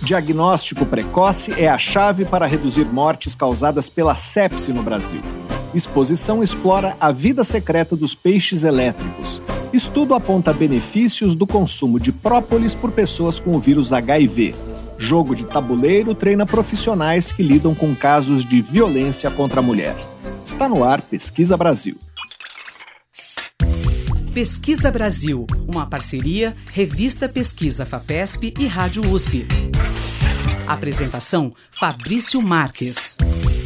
Diagnóstico precoce é a chave para reduzir mortes causadas pela sepse no Brasil. Exposição explora a vida secreta dos peixes elétricos. Estudo aponta benefícios do consumo de própolis por pessoas com o vírus HIV. Jogo de tabuleiro treina profissionais que lidam com casos de violência contra a mulher. Está no ar Pesquisa Brasil. Pesquisa Brasil, uma parceria Revista Pesquisa FAPESP e Rádio USP. Apresentação, Fabrício Marques.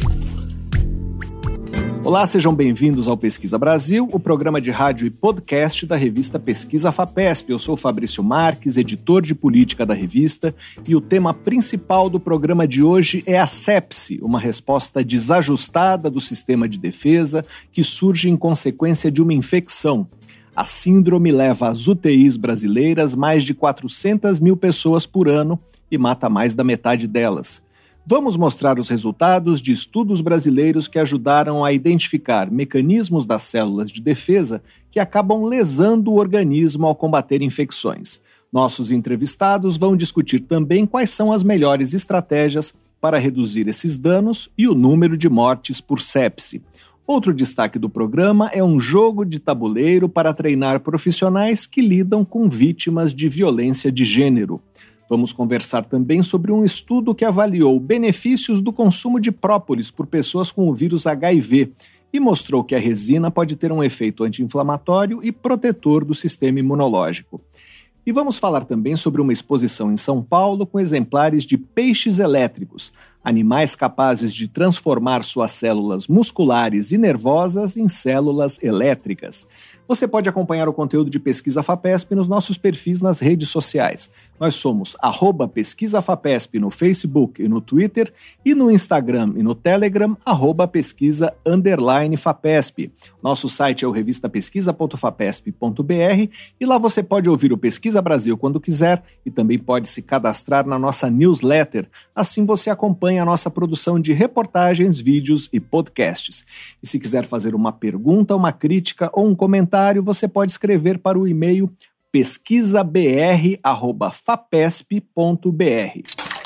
Olá, sejam bem-vindos ao Pesquisa Brasil, o programa de rádio e podcast da revista Pesquisa FAPESP. Eu sou Fabrício Marques, editor de política da revista, e o tema principal do programa de hoje é a sepse, uma resposta desajustada do sistema de defesa que surge em consequência de uma infecção. A síndrome leva às UTIs brasileiras mais de 400 mil pessoas por ano e mata mais da metade delas. Vamos mostrar os resultados de estudos brasileiros que ajudaram a identificar mecanismos das células de defesa que acabam lesando o organismo ao combater infecções. Nossos entrevistados vão discutir também quais são as melhores estratégias para reduzir esses danos e o número de mortes por sepse. Outro destaque do programa é um jogo de tabuleiro para treinar profissionais que lidam com vítimas de violência de gênero. Vamos conversar também sobre um estudo que avaliou benefícios do consumo de própolis por pessoas com o vírus HIV e mostrou que a resina pode ter um efeito anti-inflamatório e protetor do sistema imunológico. E vamos falar também sobre uma exposição em São Paulo com exemplares de peixes elétricos, animais capazes de transformar suas células musculares e nervosas em células elétricas. Você pode acompanhar o conteúdo de Pesquisa FAPESP nos nossos perfis nas redes sociais. Nós somos @PesquisaFAPESP no Facebook e no Twitter, e no Instagram e no Telegram, @pesquisa_FAPESP. Nosso site é o revistapesquisa.fapesp.br e lá você pode ouvir o Pesquisa Brasil quando quiser e também pode se cadastrar na nossa newsletter. Assim você acompanha a nossa produção de reportagens, vídeos e podcasts. E se quiser fazer uma pergunta, uma crítica ou um comentário, você pode escrever para o e-mail pesquisabr@fapesp.br.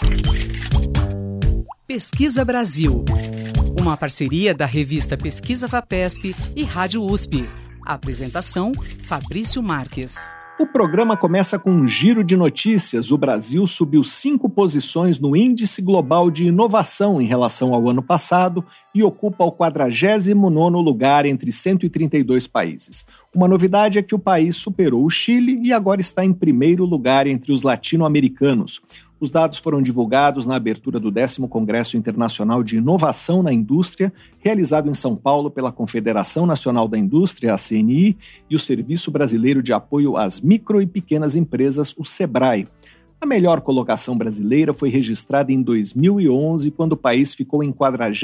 Pesquisa Brasil, uma parceria da revista Pesquisa FAPESP e Rádio USP. Apresentação, Fabrício Marques. O programa começa com um giro de notícias. O Brasil subiu 5 posições no Índice Global de Inovação em relação ao ano passado e ocupa o 49º lugar entre 132 países. Uma novidade é que o país superou o Chile e agora está em primeiro lugar entre os latino-americanos. Os dados foram divulgados na abertura do 10º Congresso Internacional de Inovação na Indústria, realizado em São Paulo pela Confederação Nacional da Indústria, a CNI, e o Serviço Brasileiro de Apoio às Micro e Pequenas Empresas, o SEBRAE. A melhor colocação brasileira foi registrada em 2011, quando o país ficou em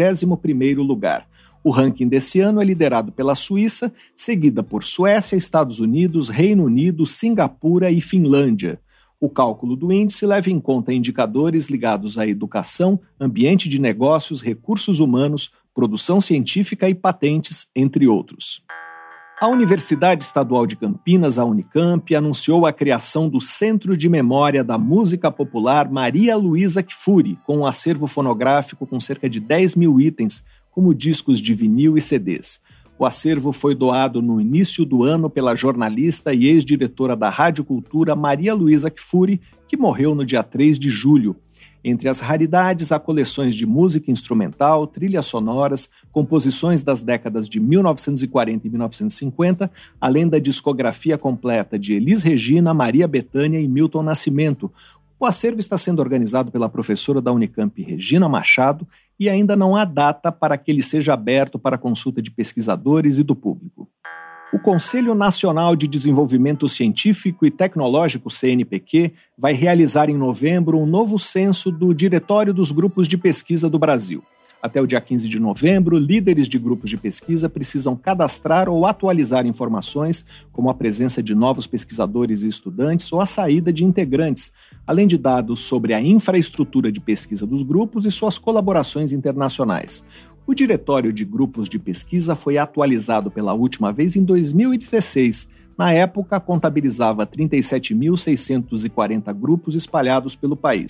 41º lugar. O ranking desse ano é liderado pela Suíça, seguida por Suécia, Estados Unidos, Reino Unido, Singapura e Finlândia. O cálculo do índice leva em conta indicadores ligados à educação, ambiente de negócios, recursos humanos, produção científica e patentes, entre outros. A Universidade Estadual de Campinas, a Unicamp, anunciou a criação do Centro de Memória da Música Popular Maria Luísa Kfouri, com um acervo fonográfico com cerca de 10 mil itens, como discos de vinil e CDs. O acervo foi doado no início do ano pela jornalista e ex-diretora da Rádio Cultura Maria Luísa Kfouri, que morreu no dia 3 de julho. Entre as raridades, há coleções de música instrumental, trilhas sonoras, composições das décadas de 1940 e 1950, além da discografia completa de Elis Regina, Maria Bethânia e Milton Nascimento. O acervo está sendo organizado pela professora da Unicamp, Regina Machado, e ainda não há data para que ele seja aberto para consulta de pesquisadores e do público. O Conselho Nacional de Desenvolvimento Científico e Tecnológico, CNPq, vai realizar em novembro um novo censo do Diretório dos Grupos de Pesquisa do Brasil. Até o dia 15 de novembro, líderes de grupos de pesquisa precisam cadastrar ou atualizar informações, como a presença de novos pesquisadores e estudantes ou a saída de integrantes, além de dados sobre a infraestrutura de pesquisa dos grupos e suas colaborações internacionais. O Diretório de Grupos de Pesquisa foi atualizado pela última vez em 2016. Na época, contabilizava 37.640 grupos espalhados pelo país.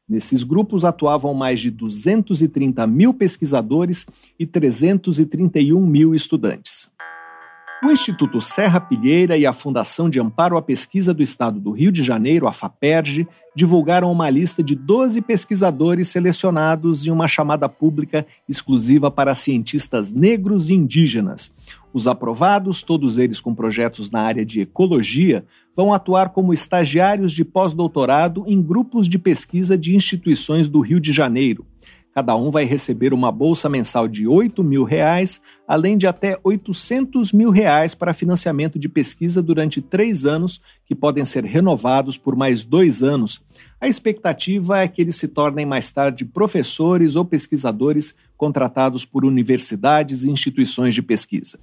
Nesses grupos atuavam mais de 230 mil pesquisadores e 331 mil estudantes. O Instituto Serra Pilheira e a Fundação de Amparo à Pesquisa do Estado do Rio de Janeiro, a FAPERJ, divulgaram uma lista de 12 pesquisadores selecionados em uma chamada pública exclusiva para cientistas negros e indígenas. Os aprovados, todos eles com projetos na área de ecologia, vão atuar como estagiários de pós-doutorado em grupos de pesquisa de instituições do Rio de Janeiro. Cada um vai receber uma bolsa mensal de R$ 8.000, além de até R$ 800.000 para financiamento de pesquisa durante 3 anos, que podem ser renovados por mais 2 anos. A expectativa é que eles se tornem mais tarde professores ou pesquisadores contratados por universidades e instituições de pesquisa.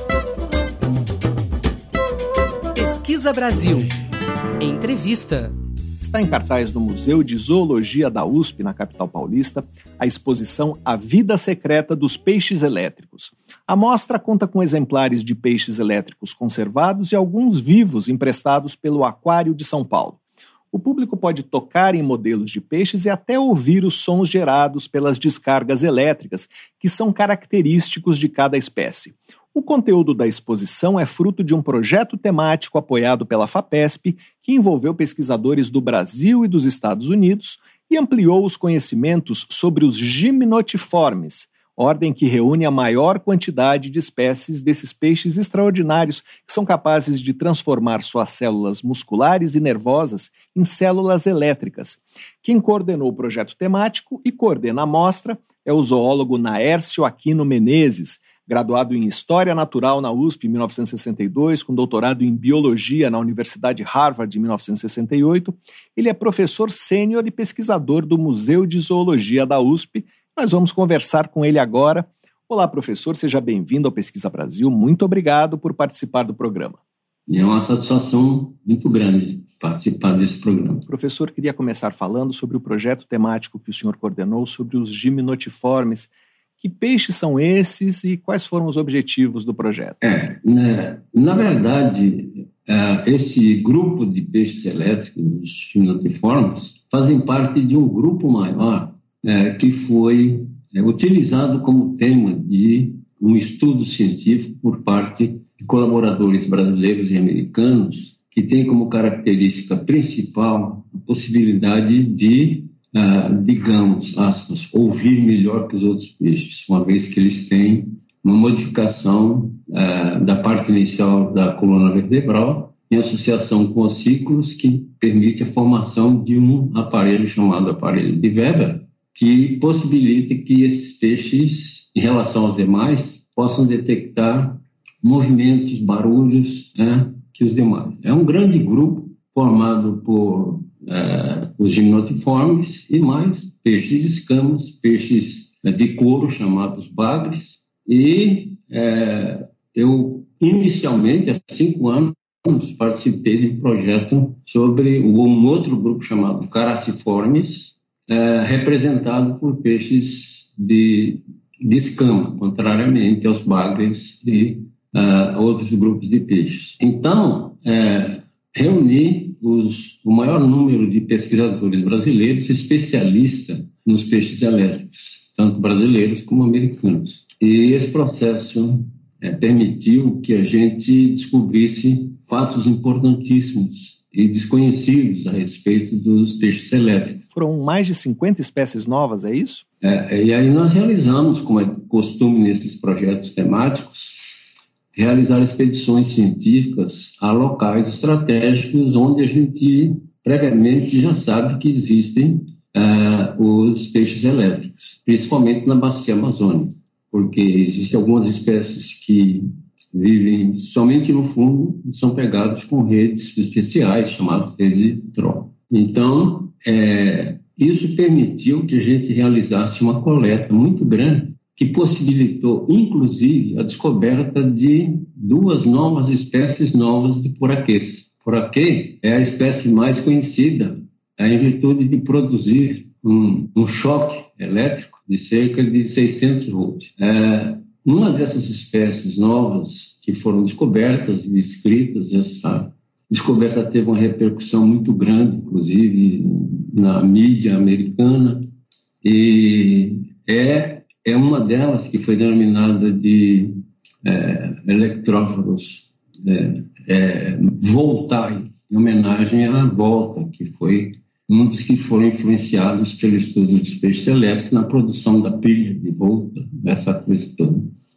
Pesquisa Brasil. Entrevista. Está em cartaz no Museu de Zoologia da USP, na capital paulista, a exposição A Vida Secreta dos Peixes Elétricos. A mostra conta com exemplares de peixes elétricos conservados e alguns vivos emprestados pelo Aquário de São Paulo. O público pode tocar em modelos de peixes e até ouvir os sons gerados pelas descargas elétricas, que são característicos de cada espécie. O conteúdo da exposição é fruto de um projeto temático apoiado pela FAPESP, que envolveu pesquisadores do Brasil e dos Estados Unidos e ampliou os conhecimentos sobre os gimnotiformes, ordem que reúne a maior quantidade de espécies desses peixes extraordinários que são capazes de transformar suas células musculares e nervosas em células elétricas. Quem coordenou o projeto temático e coordena a mostra é o zoólogo Naércio Aquino Menezes, graduado em História Natural na USP em 1962, com doutorado em Biologia na Universidade Harvard em 1968. Ele é professor sênior e pesquisador do Museu de Zoologia da USP. Nós vamos conversar com ele agora. Olá, professor, seja bem-vindo ao Pesquisa Brasil. Muito obrigado por participar do programa. É uma satisfação muito grande participar desse programa. Professor, queria começar falando sobre o projeto temático que o senhor coordenou sobre os gimnotiformes. Que peixes são esses e quais foram os objetivos do projeto? Na verdade, esse grupo de peixes elétricos, os gimnotiformes, fazem parte de um grupo maior que foi utilizado como tema de um estudo científico por parte de colaboradores brasileiros e americanos, que tem como característica principal a possibilidade de digamos, aspas, ouvir melhor que os outros peixes, uma vez que eles têm uma modificação da parte inicial da coluna vertebral em associação com ossículos que permite a formação de um aparelho chamado aparelho de Weber, que possibilita que esses peixes, em relação aos demais, possam detectar movimentos, barulhos, que os demais. É um grande grupo formado por os gimnotiformes e mais peixes de escamas, peixes de couro chamados bagres. E eu, inicialmente, há 5 anos, participei de um projeto sobre um outro grupo chamado caraciformes, representado por peixes de escama, contrariamente aos bagres e outros grupos de peixes. Então, reuni o maior número de pesquisadores brasileiros especialistas nos peixes elétricos, tanto brasileiros como americanos. E esse processo permitiu que a gente descobrisse fatos importantíssimos e desconhecidos a respeito dos peixes elétricos. Foram mais de 50 espécies novas, é isso? E aí nós realizamos, como é costume nesses projetos temáticos, realizar expedições científicas a locais estratégicos onde a gente previamente já sabe que existem os peixes elétricos, principalmente na bacia amazônica, porque existem algumas espécies que vivem somente no fundo e são pegados com redes especiais, chamadas redes de troll. Então, isso permitiu que a gente realizasse uma coleta muito grande que possibilitou, inclusive, a descoberta de 2 novas espécies novas de poraquês. Poraquê é a espécie mais conhecida em virtude de produzir um choque elétrico de cerca de 600 volts. Uma dessas espécies novas que foram descobertas e descritas, essa descoberta teve uma repercussão muito grande, inclusive na mídia americana, e é uma delas que foi denominada de eletróforos Voltae, em homenagem à Volta, que foi um dos que foram influenciados pelo estudo dos peixes elétricos na produção da pilha de Volta, essa coisa toda.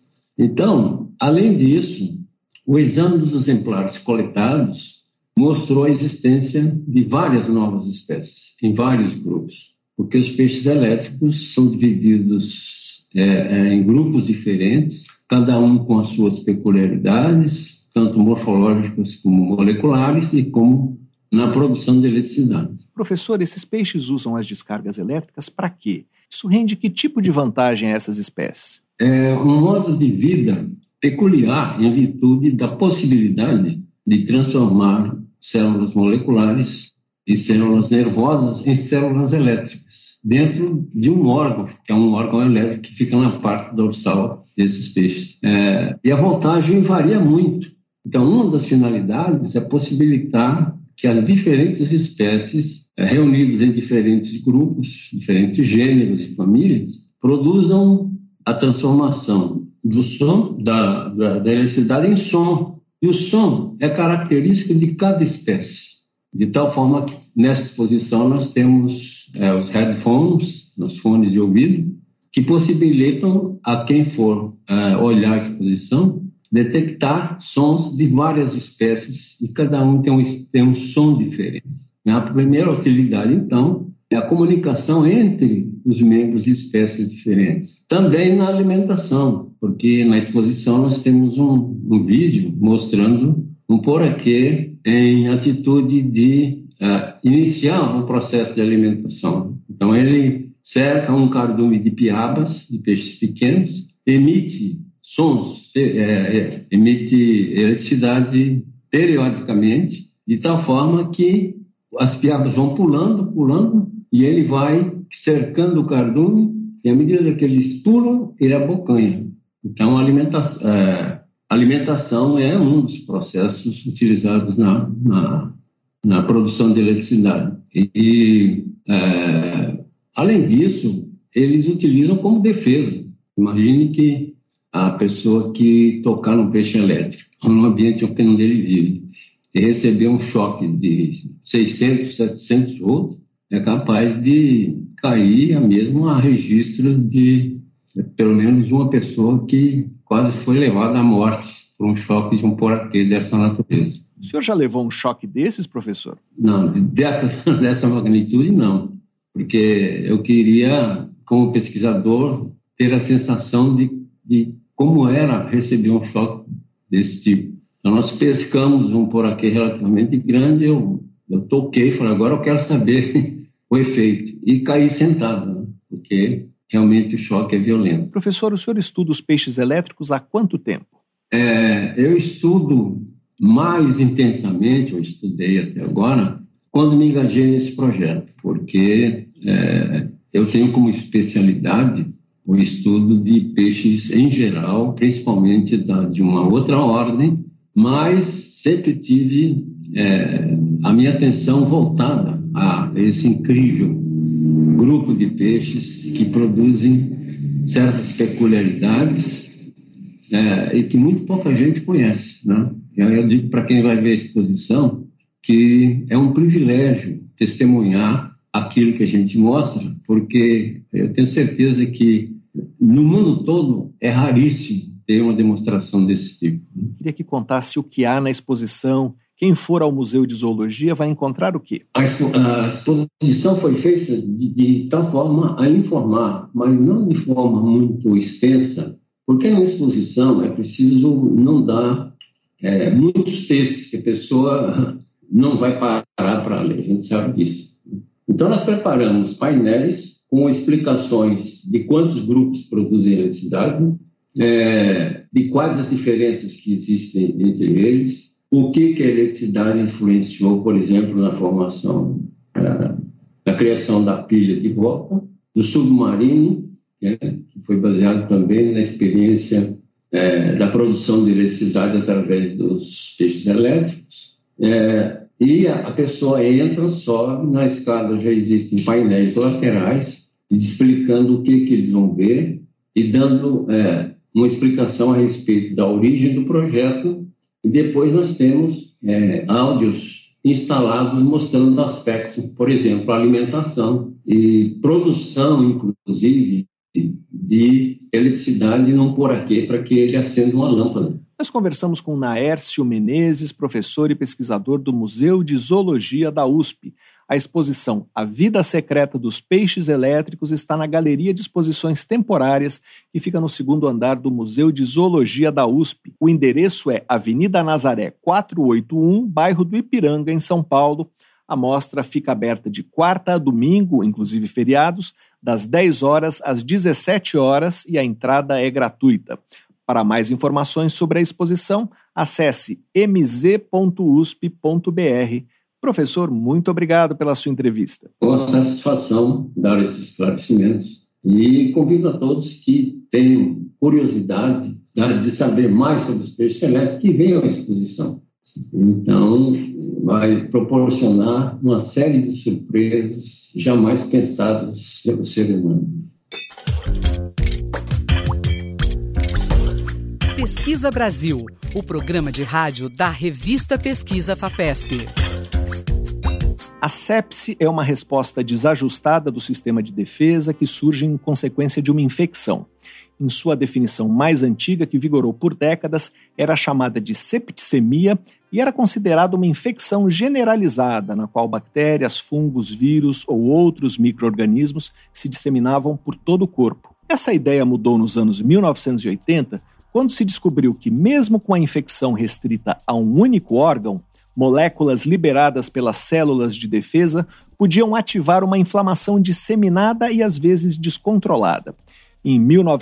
Então, além disso, o exame dos exemplares coletados mostrou a existência de várias novas espécies, em vários grupos, porque os peixes elétricos são divididos em grupos diferentes, cada um com as suas peculiaridades, tanto morfológicas como moleculares, e como na produção de eletricidade. Professor, esses peixes usam as descargas elétricas para quê? Isso rende que tipo de vantagem a essas espécies? É um modo de vida peculiar em virtude da possibilidade de transformar células moleculares e células nervosas em células elétricas, dentro de um órgão, que é um órgão elétrico que fica na parte dorsal desses peixes. E a voltagem varia muito. Então, uma das finalidades é possibilitar que as diferentes espécies, reunidas em diferentes grupos, diferentes gêneros e famílias, produzam a transformação do som, da eletricidade em som. E o som é característico de cada espécie, de tal forma que nessa exposição nós temos os headphones, os fones de ouvido, que possibilitam a quem for olhar a exposição detectar sons de várias espécies, e cada um tem um som diferente. A primeira utilidade, então, é a comunicação entre os membros de espécies diferentes. Também na alimentação, porque na exposição nós temos um vídeo mostrando um poraquê em atitude de iniciar um processo de alimentação. Então ele cerca um cardume de piabas, de peixes pequenos, emite sons, emite eletricidade periodicamente, de tal forma que as piabas vão pulando, e ele vai cercando o cardume, e à medida que eles pulam, ele abocanha. Então, a alimentação é um dos processos utilizados na produção de eletricidade. Além disso, eles utilizam como defesa. Imagine que a pessoa que tocar no peixe elétrico, no ambiente onde ele vive, e receber um choque de 600, 700 volts, é capaz de cair mesmo a registro de pelo menos uma pessoa que quase foi levada à morte por um choque de um poraquê dessa natureza. O senhor já levou um choque desses, professor? Não, dessa magnitude não, porque eu queria, como pesquisador, ter a sensação de como era receber um choque desse tipo. Então, nós pescamos um poraquê relativamente grande, eu toquei e falei, agora eu quero saber o efeito. E caí sentado, né? Porque realmente o choque é violento. Professor, o senhor estuda os peixes elétricos há quanto tempo? Eu estudo mais intensamente, eu estudei até agora, quando me engajei nesse projeto, porque eu tenho como especialidade o estudo de peixes em geral, principalmente de uma outra ordem, mas sempre tive a minha atenção voltada a esse incrível grupo de peixes que produzem certas peculiaridades e que muito pouca gente conhece, né? Eu digo para quem vai ver a exposição que é um privilégio testemunhar aquilo que a gente mostra, porque eu tenho certeza que no mundo todo é raríssimo ter uma demonstração desse tipo. Queria que contasse o que há na exposição. Quem for ao Museu de Zoologia vai encontrar o quê? A exposição foi feita de tal forma a informar, mas não de forma muito extensa, porque na exposição é preciso não dar muitos textos que a pessoa não vai parar para ler, a gente sabe disso. Então nós preparamos painéis com explicações de quantos grupos produzem eletricidade, de quais as diferenças que existem entre eles, o que a eletricidade influenciou, por exemplo, na formação, da criação da pilha de Volta, do submarino, que foi baseado também na experiência da produção de eletricidade através dos peixes elétricos, e a pessoa entra, sobe, na escada já existem painéis laterais explicando o que eles vão ver e dando uma explicação a respeito da origem do projeto, e depois nós temos áudios instalados mostrando aspectos, por exemplo, alimentação e produção, inclusive, de eletricidade num poraquê para que ele acenda uma lâmpada. Nós conversamos com Naércio Menezes, professor e pesquisador do Museu de Zoologia da USP. A exposição A Vida Secreta dos Peixes Elétricos está na Galeria de Exposições Temporárias, que fica no 2º andar do Museu de Zoologia da USP. O endereço é Avenida Nazaré 481, bairro do Ipiranga, em São Paulo. A mostra fica aberta de quarta a domingo, inclusive feriados, das 10 horas às 17 horas, e a entrada é gratuita. Para mais informações sobre a exposição, acesse mz.usp.br. Professor, muito obrigado pela sua entrevista. Com a satisfação dar esses esclarecimentos e convido a todos que tenham curiosidade de saber mais sobre os peixes elétricos que venham à exposição. Então, vai proporcionar uma série de surpresas jamais pensadas pelo ser humano. Pesquisa Brasil, o programa de rádio da revista Pesquisa FAPESP. A sepse é uma resposta desajustada do sistema de defesa que surge em consequência de uma infecção. Em sua definição mais antiga, que vigorou por décadas, era chamada de septicemia e era considerada uma infecção generalizada, na qual bactérias, fungos, vírus ou outros micro-organismos se disseminavam por todo o corpo. Essa ideia mudou nos anos 1980, quando se descobriu que, mesmo com a infecção restrita a um único órgão, moléculas liberadas pelas células de defesa podiam ativar uma inflamação disseminada e às vezes descontrolada. Em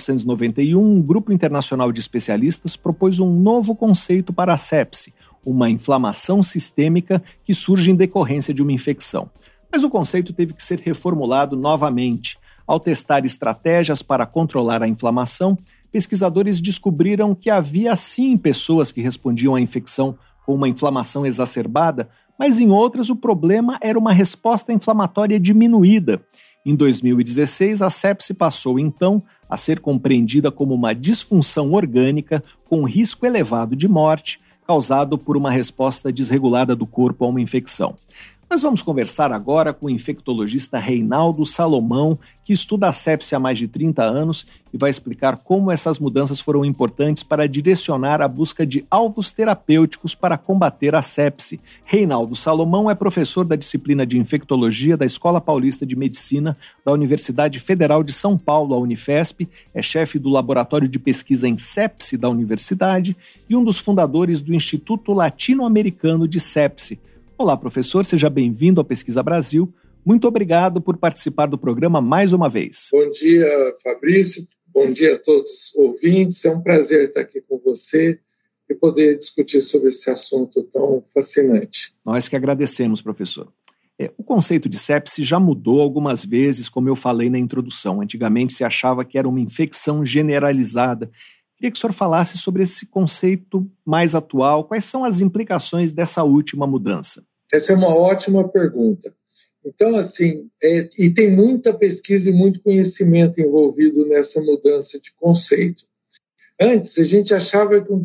1991, um grupo internacional de especialistas propôs um novo conceito para a sepse, uma inflamação sistêmica que surge em decorrência de uma infecção. Mas o conceito teve que ser reformulado novamente. Ao testar estratégias para controlar a inflamação, pesquisadores descobriram que havia sim pessoas que respondiam à infecção com uma inflamação exacerbada, mas em outras o problema era uma resposta inflamatória diminuída. Em 2016, a sepse passou, então, a ser compreendida como uma disfunção orgânica com risco elevado de morte, causado por uma resposta desregulada do corpo a uma infecção. Nós vamos conversar agora com o infectologista Reinaldo Salomão, que estuda a sepse há mais de 30 anos e vai explicar como essas mudanças foram importantes para direcionar a busca de alvos terapêuticos para combater a sepse. Reinaldo Salomão é professor da disciplina de infectologia da Escola Paulista de Medicina da Universidade Federal de São Paulo, a Unifesp, é chefe do Laboratório de Pesquisa em Sepse da universidade e um dos fundadores do Instituto Latino-Americano de Sepse. Olá, professor, seja bem-vindo ao Pesquisa Brasil. Muito obrigado por participar do programa mais uma vez. Bom dia, Fabrício. Bom dia a todos os ouvintes. É um prazer estar aqui com você e poder discutir sobre esse assunto tão fascinante. Nós que agradecemos, professor. O conceito de sepse já mudou algumas vezes, como eu falei na introdução. Antigamente se achava que era uma infecção generalizada. Queria que o senhor falasse sobre esse conceito mais atual. Quais são as implicações dessa última mudança? Essa é uma ótima pergunta. Então, assim, e tem muita pesquisa e muito conhecimento envolvido nessa mudança de conceito. Antes, a gente achava que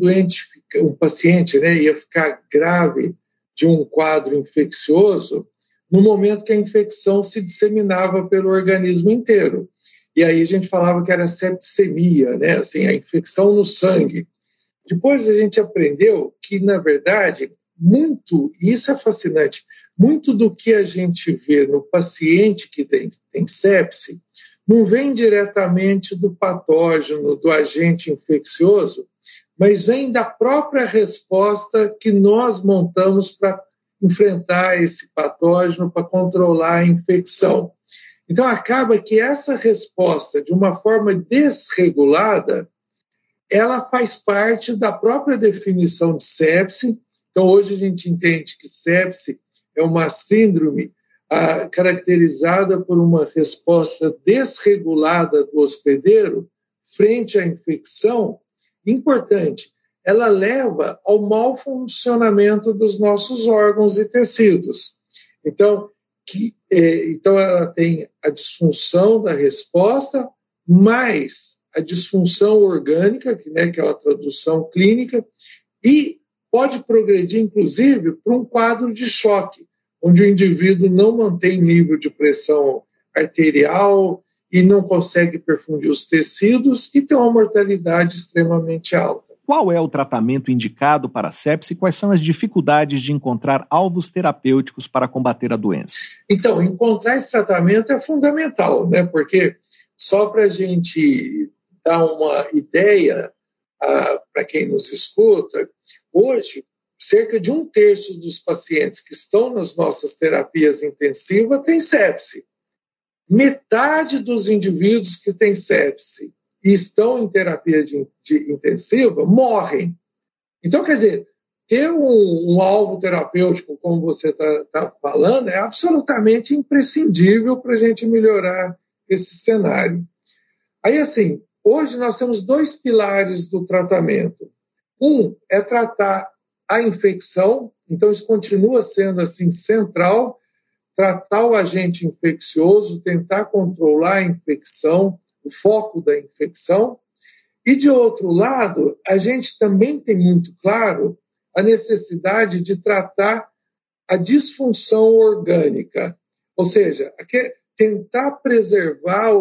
um paciente, ia ficar grave de um quadro infeccioso no momento que a infecção se disseminava pelo organismo inteiro. E aí a gente falava que era septicemia, assim, a infecção no sangue. Depois a gente aprendeu que, na verdade, e isso é fascinante, muito do que a gente vê no paciente que tem sepse não vem diretamente do patógeno, do agente infeccioso, mas vem da própria resposta que nós montamos para enfrentar esse patógeno, para controlar a infecção. Então, acaba que essa resposta, de uma forma desregulada, ela faz parte da própria definição de sepse. Então, hoje a gente entende que sepse é uma síndrome caracterizada por uma resposta desregulada do hospedeiro frente à infecção. Importante, ela leva ao mau funcionamento dos nossos órgãos e tecidos. Então ela tem a disfunção da resposta, mais a disfunção orgânica, que é uma tradução clínica, e pode progredir, inclusive, para um quadro de choque, onde o indivíduo não mantém nível de pressão arterial e não consegue perfundir os tecidos e tem uma mortalidade extremamente alta. Qual é o tratamento indicado para a sepse e quais são as dificuldades de encontrar alvos terapêuticos para combater a doença? Então, encontrar esse tratamento é fundamental, porque só para a gente dar uma ideia para quem nos escuta, hoje, cerca de 1/3 dos pacientes que estão nas nossas terapias intensivas têm sepse. Metade dos indivíduos que têm sepse e estão em terapia de intensiva morrem. Então, quer dizer, ter um alvo terapêutico, como você está falando, é absolutamente imprescindível para a gente melhorar esse cenário. Aí, assim, hoje nós temos 2 pilares do tratamento. Um é tratar a infecção, então isso continua sendo assim central, tratar o agente infeccioso, tentar controlar a infecção, o foco da infecção. E, de outro lado, a gente também tem muito claro a necessidade de tratar a disfunção orgânica, ou seja, tentar preservar,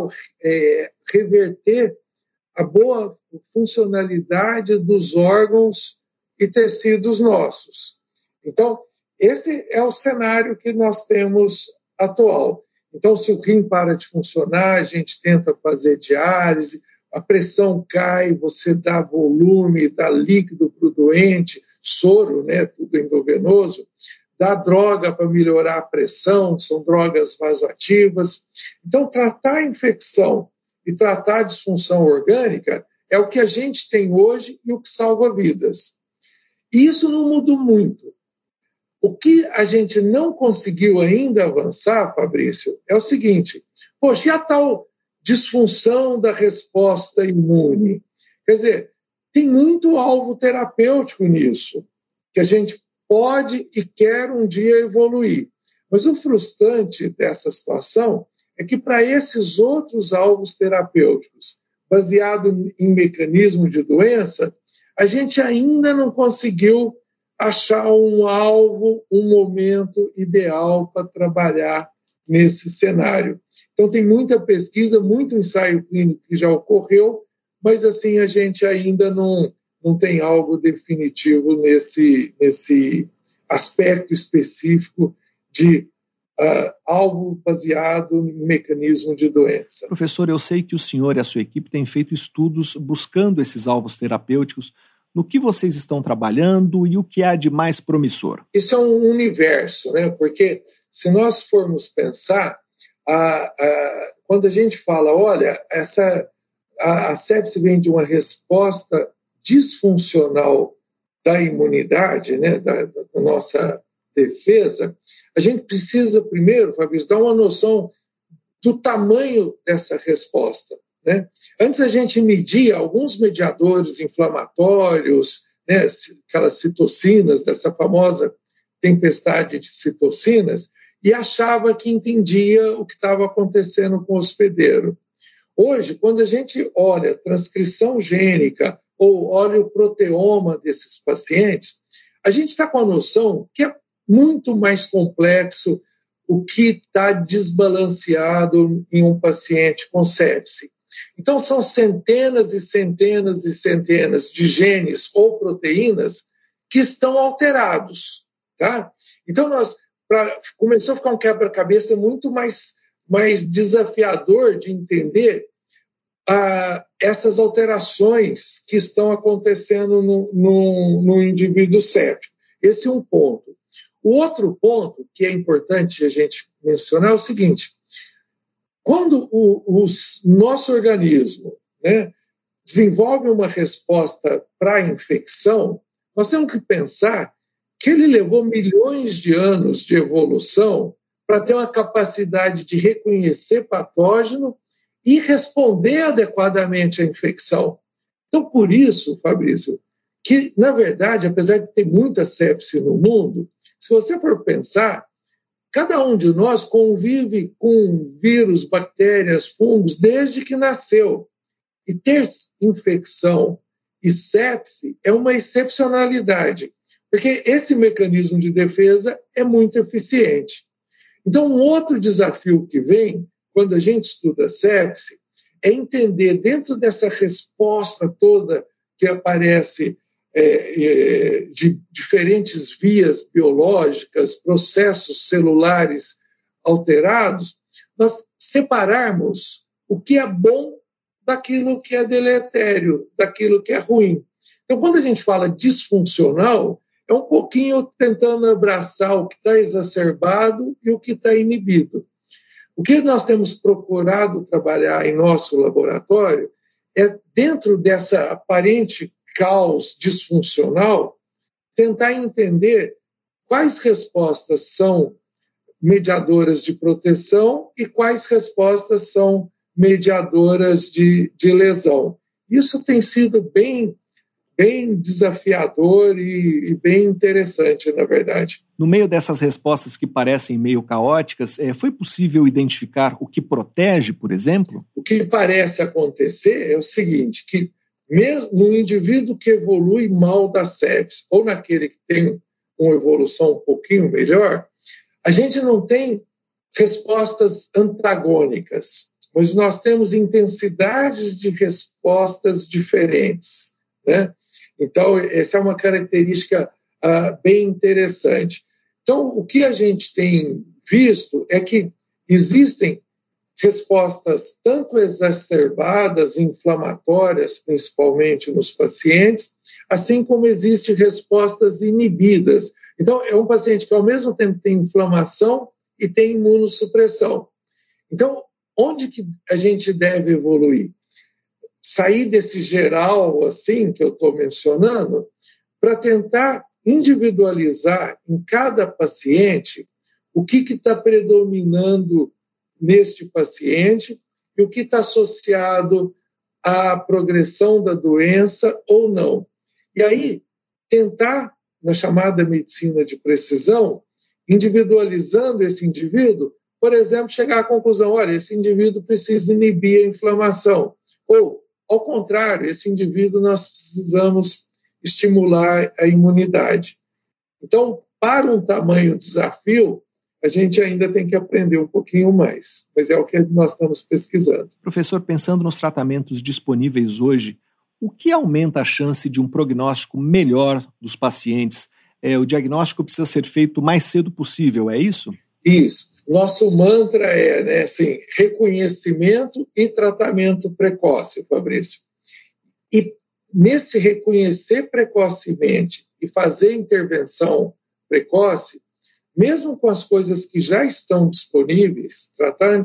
reverter a boa funcionalidade dos órgãos e tecidos nossos. Então, esse é o cenário que nós temos atual. Então, se o rim para de funcionar, a gente tenta fazer diálise, a pressão cai, você dá volume, dá líquido para o doente, soro, tudo endovenoso, dá droga para melhorar a pressão, são drogas vasoativas. Então, tratar a infecção e tratar a disfunção orgânica é o que a gente tem hoje e o que salva vidas. E isso não mudou muito. O que a gente não conseguiu ainda avançar, Fabrício, é o seguinte: poxa, e a tal disfunção da resposta imune? Quer dizer, tem muito alvo terapêutico nisso, que a gente pode e quer um dia evoluir. Mas o frustrante dessa situação é que para esses outros alvos terapêuticos, baseado em mecanismo de doença, a gente ainda não conseguiu achar um alvo, um momento ideal para trabalhar nesse cenário. Então, tem muita pesquisa, muito ensaio clínico que já ocorreu, mas assim a gente ainda não tem algo definitivo nesse aspecto específico de alvo baseado em mecanismo de doença. Professor, eu sei que o senhor e a sua equipe têm feito estudos buscando esses alvos terapêuticos. No que vocês estão trabalhando e o que há de mais promissor? Isso é um universo, porque se nós formos pensar, quando a gente fala, olha, a sepse vem de uma resposta disfuncional da imunidade, da nossa defesa, a gente precisa primeiro, Fabrício, dar uma noção do tamanho dessa resposta. Antes a gente media alguns mediadores inflamatórios, aquelas citocinas, dessa famosa tempestade de citocinas, e achava que entendia o que estava acontecendo com o hospedeiro. Hoje, quando a gente olha a transcrição gênica ou olha o proteoma desses pacientes, a gente está com a noção que é muito mais complexo o que está desbalanceado em um paciente com sepse. Então, são centenas e centenas e centenas de genes ou proteínas que estão alterados. Tá? Então, começou a ficar um quebra-cabeça muito mais desafiador de entender essas alterações que estão acontecendo no indivíduo séptico. Esse é um ponto. O outro ponto que é importante a gente mencionar é o seguinte: quando o nosso organismo desenvolve uma resposta para a infecção, nós temos que pensar que ele levou milhões de anos de evolução para ter uma capacidade de reconhecer patógeno e responder adequadamente à infecção. Então, por isso, Fabrício, que, na verdade, apesar de ter muita sepse no mundo, se você for pensar, cada um de nós convive com vírus, bactérias, fungos desde que nasceu. E ter infecção e sepse é uma excepcionalidade, porque esse mecanismo de defesa é muito eficiente. Então, um outro desafio que vem, quando a gente estuda sepse, é entender dentro dessa resposta toda que aparece de diferentes vias biológicas, processos celulares alterados, nós separarmos o que é bom daquilo que é deletério, daquilo que é ruim. Então, quando a gente fala disfuncional, é um pouquinho tentando abraçar o que está exacerbado e o que está inibido. O que nós temos procurado trabalhar em nosso laboratório é, dentro dessa aparente caos disfuncional, tentar entender quais respostas são mediadoras de proteção e quais respostas são mediadoras de lesão. Isso tem sido bem desafiador e bem interessante, na verdade. No meio dessas respostas que parecem meio caóticas, foi possível identificar o que protege, por exemplo? O que parece acontecer é o seguinte, que mesmo no indivíduo que evolui mal da sepse, ou naquele que tem uma evolução um pouquinho melhor, a gente não tem respostas antagônicas, mas nós temos intensidades de respostas diferentes, né? Então, essa é uma característica bem interessante. Então, o que a gente tem visto é que existem respostas tanto exacerbadas, inflamatórias, principalmente nos pacientes, assim como existem respostas inibidas. Então, é um paciente que, ao mesmo tempo, tem inflamação e tem imunossupressão. Então, onde que a gente deve evoluir? Sair desse geral, assim, que eu estou mencionando, para tentar individualizar em cada paciente o que está predominando neste paciente e o que está associado à progressão da doença ou não. E aí, tentar, na chamada medicina de precisão, individualizando esse indivíduo, por exemplo, chegar à conclusão, olha, esse indivíduo precisa inibir a inflamação. Ou, ao contrário, esse indivíduo nós precisamos estimular a imunidade. Então, para um tamanho desafio, a gente ainda tem que aprender um pouquinho mais, mas é o que nós estamos pesquisando. Professor, pensando nos tratamentos disponíveis hoje, o que aumenta a chance de um prognóstico melhor dos pacientes? O diagnóstico precisa ser feito o mais cedo possível, é isso? Isso. Nosso mantra é reconhecimento e tratamento precoce, Fabrício. E nesse reconhecer precocemente e fazer intervenção precoce, mesmo com as coisas que já estão disponíveis, tratar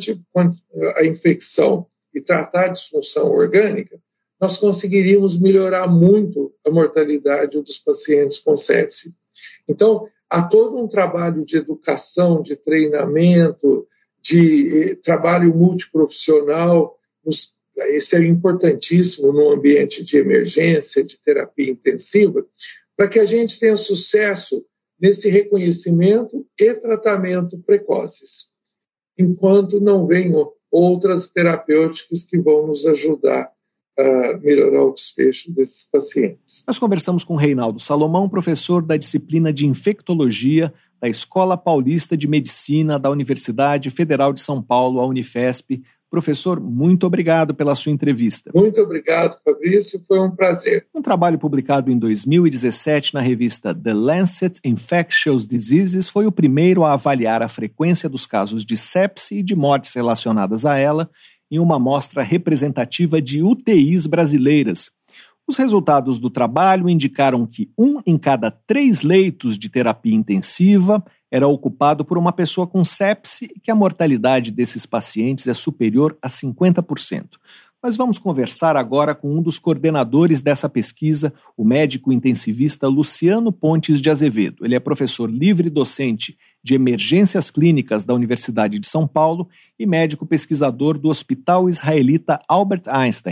a infecção e tratar a disfunção orgânica, nós conseguiríamos melhorar muito a mortalidade dos pacientes com sepse. Então, há todo um trabalho de educação, de treinamento, de trabalho multiprofissional. Esse é importantíssimo no ambiente de emergência, de terapia intensiva, para que a gente tenha sucesso nesse reconhecimento e tratamento precoces, enquanto não venham outras terapêuticas que vão nos ajudar a melhorar o desfecho desses pacientes. Nós conversamos com Reinaldo Salomão, professor da disciplina de Infectologia da Escola Paulista de Medicina da Universidade Federal de São Paulo, a Unifesp. Professor, muito obrigado pela sua entrevista. Muito obrigado, Fabrício, foi um prazer. Um trabalho publicado em 2017 na revista The Lancet Infectious Diseases foi o primeiro a avaliar a frequência dos casos de sepse e de mortes relacionadas a ela em uma amostra representativa de UTIs brasileiras. Os resultados do trabalho indicaram que 1 em cada 3 leitos de terapia intensiva era ocupado por uma pessoa com sepse e que a mortalidade desses pacientes é superior a 50%. Nós vamos conversar agora com um dos coordenadores dessa pesquisa, o médico intensivista Luciano Pontes de Azevedo. Ele é professor livre docente de emergências clínicas da Universidade de São Paulo e médico pesquisador do Hospital Israelita Albert Einstein.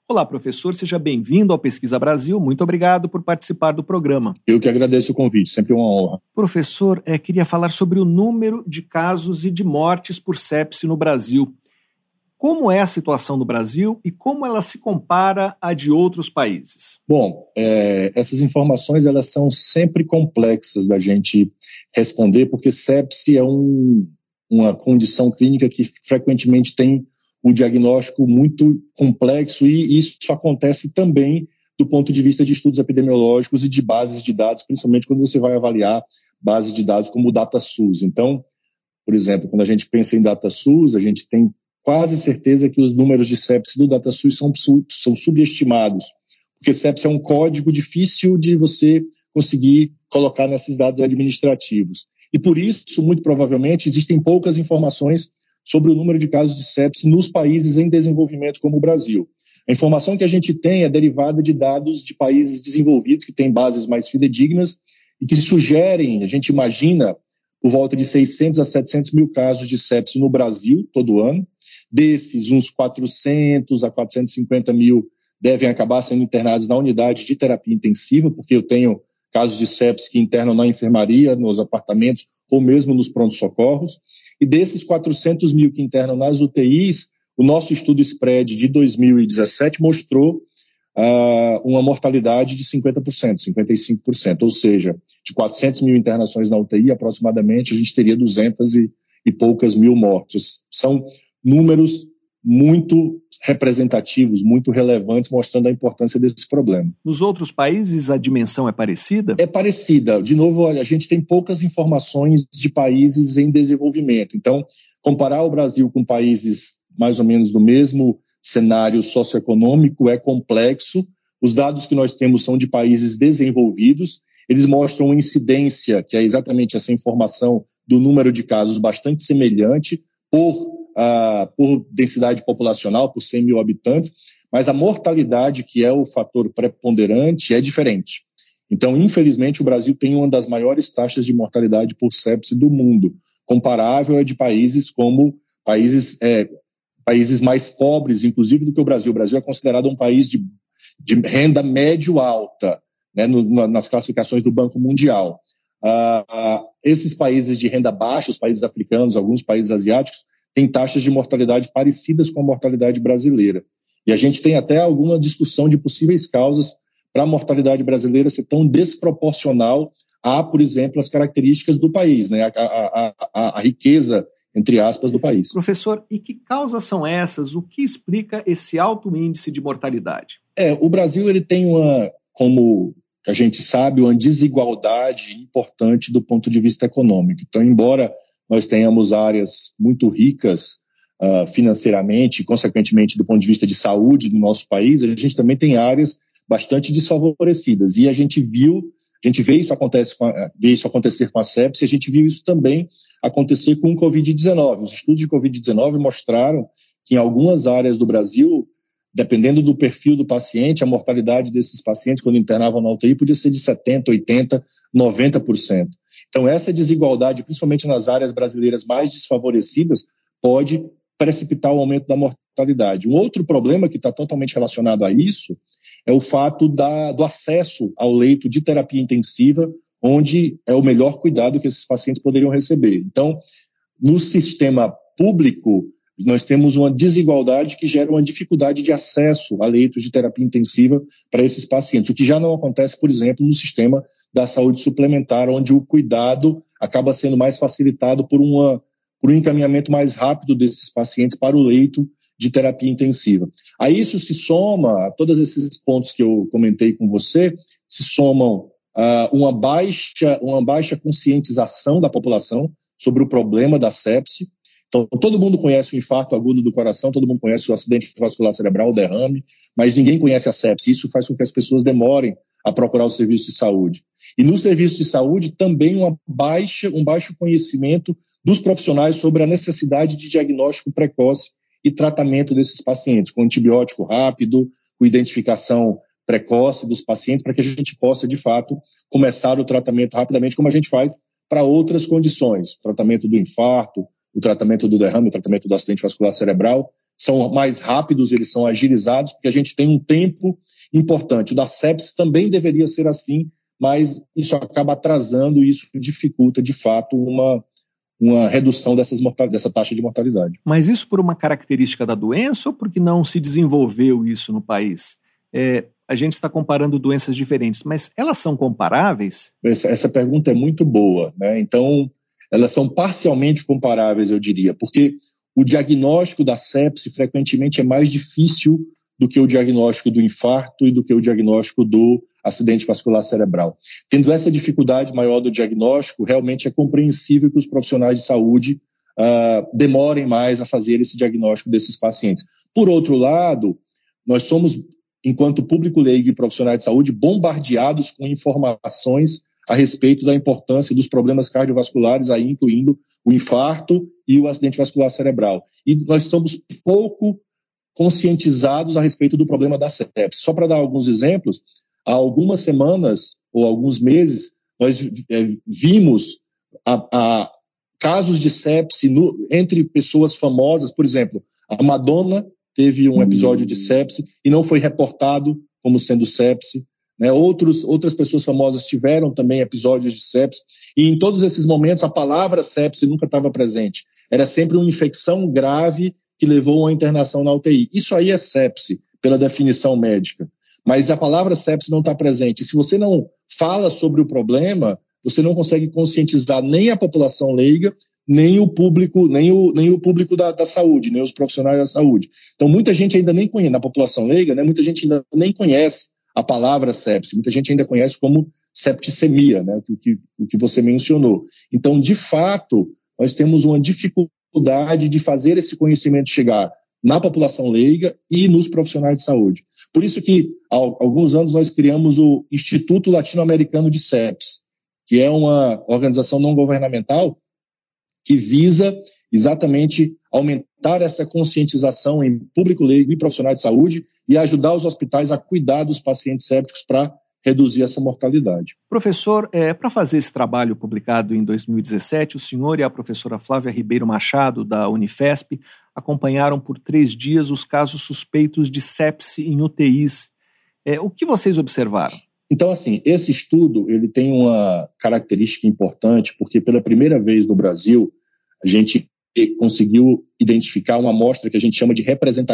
Olá, professor, seja bem-vindo ao Pesquisa Brasil. Muito obrigado por participar do programa. Eu que agradeço o convite, sempre uma honra. Professor, queria falar sobre o número de casos e de mortes por sepse no Brasil. Como é a situação no Brasil e como ela se compara à de outros países? Bom, essas informações elas são sempre complexas da gente responder, porque sepse é uma condição clínica que frequentemente tem um diagnóstico muito complexo e isso acontece também do ponto de vista de estudos epidemiológicos e de bases de dados, principalmente quando você vai avaliar bases de dados como o DataSUS. Então, por exemplo, quando a gente pensa em DataSUS, a gente tem quase certeza que os números de sepse do DataSUS são subestimados, porque sepse é um código difícil de você conseguir colocar nesses dados administrativos. E por isso, muito provavelmente, existem poucas informações sobre o número de casos de sepse nos países em desenvolvimento como o Brasil. A informação que a gente tem é derivada de dados de países desenvolvidos, que têm bases mais fidedignas e que sugerem, a gente imagina, por volta de 600 a 700 mil casos de sepse no Brasil todo ano. Desses, uns 400 a 450 mil devem acabar sendo internados na unidade de terapia intensiva, porque eu tenho casos de sepse que internam na enfermaria, nos apartamentos ou mesmo nos prontos-socorros. E desses 400 mil que internam nas UTIs, o nosso estudo SPREAD de 2017 mostrou uma mortalidade de 50%, 55%. Ou seja, de 400 mil internações na UTI, aproximadamente, a gente teria 200 e poucas mil mortes. São números muito representativos, muito relevantes, mostrando a importância desse problema. Nos outros países, a dimensão é parecida? É parecida. De novo, a gente tem poucas informações de países em desenvolvimento. Então, comparar o Brasil com países mais ou menos do mesmo cenário socioeconômico é complexo. Os dados que nós temos são de países desenvolvidos. Eles mostram uma incidência, que é exatamente essa informação do número de casos bastante semelhante por densidade populacional, por 100 mil habitantes, mas a mortalidade, que é o fator preponderante, é diferente. Então, infelizmente, o Brasil tem uma das maiores taxas de mortalidade por sepse do mundo, comparável a de países como países mais pobres, inclusive, do que o Brasil. O Brasil é considerado um país de renda médio-alta, né, nas classificações do Banco Mundial. Esses países de renda baixa, os países africanos, alguns países asiáticos, têm taxas de mortalidade parecidas com a mortalidade brasileira. E a gente tem até alguma discussão de possíveis causas para a mortalidade brasileira ser tão desproporcional a, por exemplo, as características do país, né? A riqueza, entre aspas, do país. Professor, e que causas são essas? O que explica esse alto índice de mortalidade? O Brasil ele tem como a gente sabe, uma desigualdade importante do ponto de vista econômico. Então, embora nós tenhamos áreas muito ricas financeiramente, consequentemente do ponto de vista de saúde do nosso país, a gente também tem áreas bastante desfavorecidas. E a gente vê isso acontecer com a sepse, a gente viu isso também acontecer com o Covid-19. Os estudos de Covid-19 mostraram que em algumas áreas do Brasil, dependendo do perfil do paciente, a mortalidade desses pacientes, quando internavam na UTI, podia ser de 70%, 80%, 90%. Então, essa desigualdade, principalmente nas áreas brasileiras mais desfavorecidas, pode precipitar o aumento da mortalidade. Um outro problema que está totalmente relacionado a isso é o fato do acesso ao leito de terapia intensiva, onde é o melhor cuidado que esses pacientes poderiam receber. Então, no sistema público, nós temos uma desigualdade que gera uma dificuldade de acesso a leitos de terapia intensiva para esses pacientes, o que já não acontece, por exemplo, no sistema da saúde suplementar, onde o cuidado acaba sendo mais facilitado por um encaminhamento mais rápido desses pacientes para o leito de terapia intensiva. A isso se soma, a todos esses pontos que eu comentei com você, se somam uma baixa conscientização da população sobre o problema da sepse. Então, todo mundo conhece o infarto agudo do coração, todo mundo conhece o acidente vascular cerebral, o derrame, mas ninguém conhece a sepse. Isso faz com que as pessoas demorem a procurar o serviço de saúde. E no serviço de saúde também um baixo conhecimento dos profissionais sobre a necessidade de diagnóstico precoce e tratamento desses pacientes, com antibiótico rápido, com identificação precoce dos pacientes, para que a gente possa, de fato, começar o tratamento rapidamente, como a gente faz para outras condições, o tratamento do infarto, o tratamento do derrame, o tratamento do acidente vascular cerebral, são mais rápidos, eles são agilizados, porque a gente tem um tempo importante. O da sepse também deveria ser assim, mas isso acaba atrasando e isso dificulta, de fato, uma redução dessa taxa de mortalidade. Mas isso por uma característica da doença ou porque não se desenvolveu isso no país? A gente está comparando doenças diferentes, mas elas são comparáveis? Essa pergunta é muito boa, né? Então, elas são parcialmente comparáveis, eu diria, porque o diagnóstico da sepse frequentemente é mais difícil do que o diagnóstico do infarto e do que o diagnóstico do acidente vascular cerebral. Tendo essa dificuldade maior do diagnóstico, realmente é compreensível que os profissionais de saúde demorem mais a fazer esse diagnóstico desses pacientes. Por outro lado, nós somos, enquanto público leigo e profissionais de saúde, bombardeados com informações a respeito da importância dos problemas cardiovasculares, aí incluindo o infarto e o acidente vascular cerebral. E nós estamos pouco conscientizados a respeito do problema da sepse. Só para dar alguns exemplos, há algumas semanas ou alguns meses, nós vimos casos de sepse entre pessoas famosas. Por exemplo, a Madonna teve um episódio de sepse e não foi reportado como sendo sepse. Né? Outras pessoas famosas tiveram também episódios de sepse, e em todos esses momentos a palavra sepse nunca estava presente. Era sempre uma infecção grave que levou a uma internação na UTI. Isso aí é sepse, pela definição médica. Mas a palavra sepse não está presente. E se você não fala sobre o problema, você não consegue conscientizar nem a população leiga, nem o público, nem o público da saúde, nem os profissionais da saúde. Então, muita gente ainda nem conhece, na população leiga, né, muita gente ainda nem conhece a palavra sepse. Muita gente ainda conhece como septicemia, né, o que você mencionou. Então, de fato, nós temos uma dificuldade de fazer esse conhecimento chegar na população leiga e nos profissionais de saúde. Por isso que, há alguns anos, nós criamos o Instituto Latino-Americano de Sepse, que é uma organização não governamental que visa exatamente aumentar essa conscientização em público leigo e profissionais de saúde e ajudar os hospitais a cuidar dos pacientes sépticos para reduzir essa mortalidade. Professor, para fazer esse trabalho publicado em 2017, o senhor e a professora Flávia Ribeiro Machado, da Unifesp, acompanharam por 3 dias os casos suspeitos de sepse em UTIs. O que vocês observaram? Então, assim, esse estudo ele tem uma característica importante, porque pela primeira vez no Brasil, a gente conseguiu identificar uma amostra que a gente chama de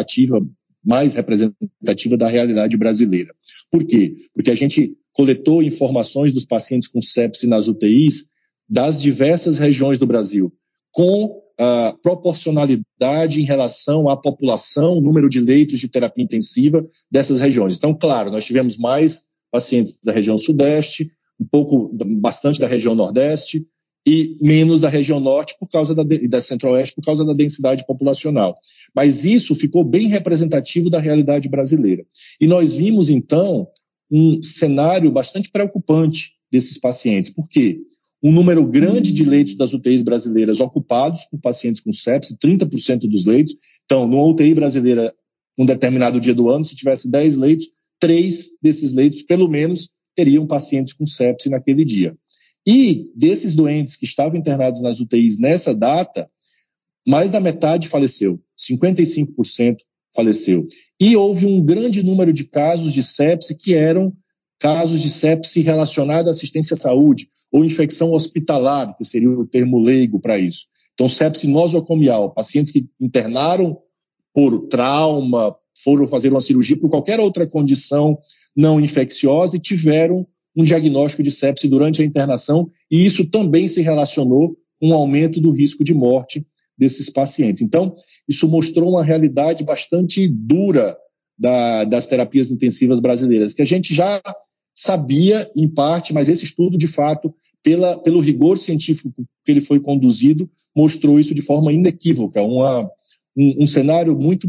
mais representativa da realidade brasileira. Por quê? Porque a gente coletou informações dos pacientes com sepse nas UTIs das diversas regiões do Brasil, com proporcionalidade em relação à população, número de leitos de terapia intensiva dessas regiões. Então, claro, nós tivemos mais pacientes da região sudeste, bastante da região nordeste e menos da região norte e da centro-oeste por causa da densidade populacional. Mas isso ficou bem representativo da realidade brasileira. E nós vimos, então, um cenário bastante preocupante desses pacientes. Por quê? Um número grande de leitos das UTIs brasileiras ocupados por pacientes com sepse, 30% dos leitos. Então, numa UTI brasileira, num determinado dia do ano, se tivesse 10 leitos, 3 desses leitos, pelo menos, teriam pacientes com sepse naquele dia. E desses doentes que estavam internados nas UTIs nessa data, mais da metade faleceu, 55% faleceu. E houve um grande número de casos de sepse que eram casos de sepse relacionados à assistência à saúde ou infecção hospitalar, que seria o termo leigo para isso. Então, sepse nosocomial, pacientes que internaram por trauma, foram fazer uma cirurgia por qualquer outra condição não infecciosa e tiveram um diagnóstico de sepse durante a internação, e isso também se relacionou com um aumento do risco de morte desses pacientes. Então, isso mostrou uma realidade bastante dura das terapias intensivas brasileiras, que a gente já sabia, em parte, mas esse estudo, de fato, pelo rigor científico que ele foi conduzido, mostrou isso de forma inequívoca, um cenário muito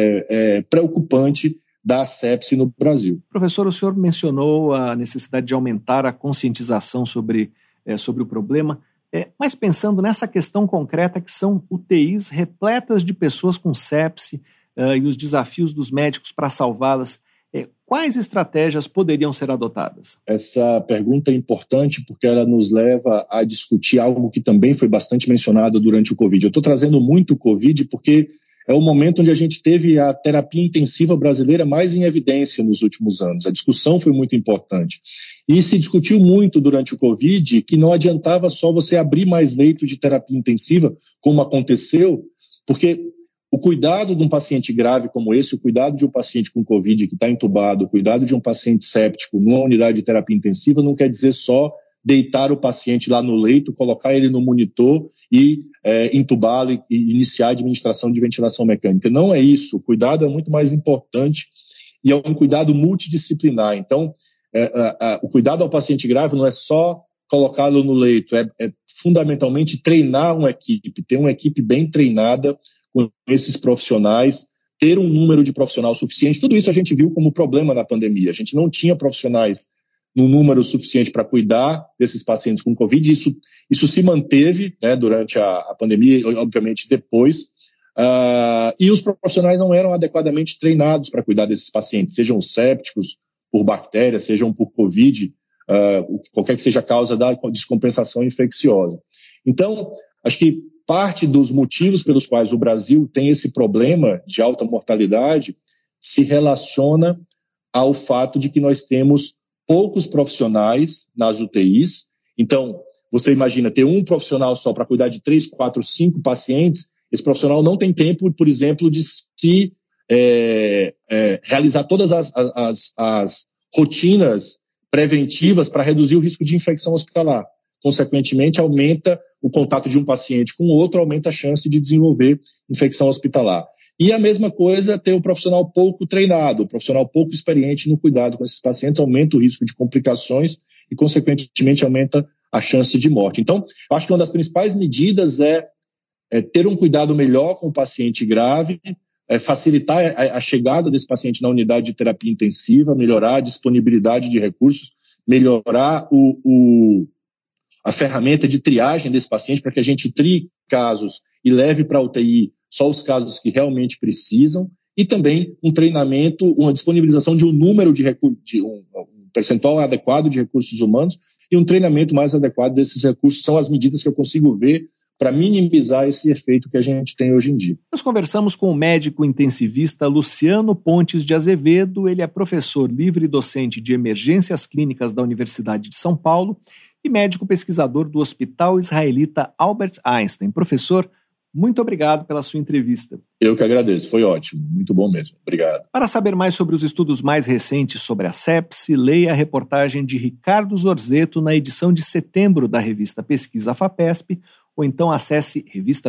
preocupante da sepse no Brasil. Professor, o senhor mencionou a necessidade de aumentar a conscientização sobre o problema, mas pensando nessa questão concreta que são UTIs repletas de pessoas com sepse e os desafios dos médicos para salvá-las, quais estratégias poderiam ser adotadas? Essa pergunta é importante porque ela nos leva a discutir algo que também foi bastante mencionado durante o Covid. Eu estou trazendo muito o Covid porque é o momento onde a gente teve a terapia intensiva brasileira mais em evidência nos últimos anos. A discussão foi muito importante. E se discutiu muito durante o Covid que não adiantava só você abrir mais leitos de terapia intensiva, como aconteceu, porque o cuidado de um paciente grave como esse, o cuidado de um paciente com Covid que está entubado, o cuidado de um paciente séptico numa unidade de terapia intensiva não quer dizer só deitar o paciente lá no leito, colocar ele no monitor e entubá-lo e iniciar a administração de ventilação mecânica. Não é isso. O cuidado é muito mais importante e é um cuidado multidisciplinar. Então, o cuidado ao paciente grave não é só colocá-lo no leito, é fundamentalmente treinar uma equipe, ter uma equipe bem treinada com esses profissionais, ter um número de profissionais suficiente. Tudo isso a gente viu como problema na pandemia. A gente não tinha profissionais no número suficiente para cuidar desses pacientes com Covid. Isso se manteve, né, durante a pandemia e, obviamente, depois. E os profissionais não eram adequadamente treinados para cuidar desses pacientes, sejam sépticos por bactérias, sejam por Covid, qualquer que seja a causa da descompensação infecciosa. Então, acho que parte dos motivos pelos quais o Brasil tem esse problema de alta mortalidade se relaciona ao fato de que nós temos poucos profissionais nas UTIs. Então, você imagina ter um profissional só para cuidar de 3, 4, 5 pacientes, esse profissional não tem tempo, por exemplo, de se realizar todas as rotinas preventivas para reduzir o risco de infecção hospitalar. Consequentemente, aumenta o contato de um paciente com o outro, aumenta a chance de desenvolver infecção hospitalar. E a mesma coisa, ter o profissional pouco treinado, o profissional pouco experiente no cuidado com esses pacientes, aumenta o risco de complicações e, consequentemente, aumenta a chance de morte. Então, acho que uma das principais medidas é ter um cuidado melhor com o paciente grave, facilitar a chegada desse paciente na unidade de terapia intensiva, melhorar a disponibilidade de recursos, melhorar a ferramenta de triagem desse paciente para que a gente trie casos e leve para a UTI só os casos que realmente precisam, e também um treinamento, uma disponibilização de um número de um percentual adequado de recursos humanos e um treinamento mais adequado desses recursos. São as medidas que eu consigo ver para minimizar esse efeito que a gente tem hoje em dia. Nós conversamos com o médico intensivista Luciano Pontes de Azevedo. Ele é professor livre e docente de emergências clínicas da Universidade de São Paulo e médico pesquisador do Hospital Israelita Albert Einstein. Professor, muito obrigado pela sua entrevista. Eu que agradeço, foi ótimo, muito bom mesmo. Obrigado. Para saber mais sobre os estudos mais recentes sobre a sepse, leia a reportagem de Ricardo Zorzeto na edição de setembro da revista Pesquisa FAPESP, ou então acesse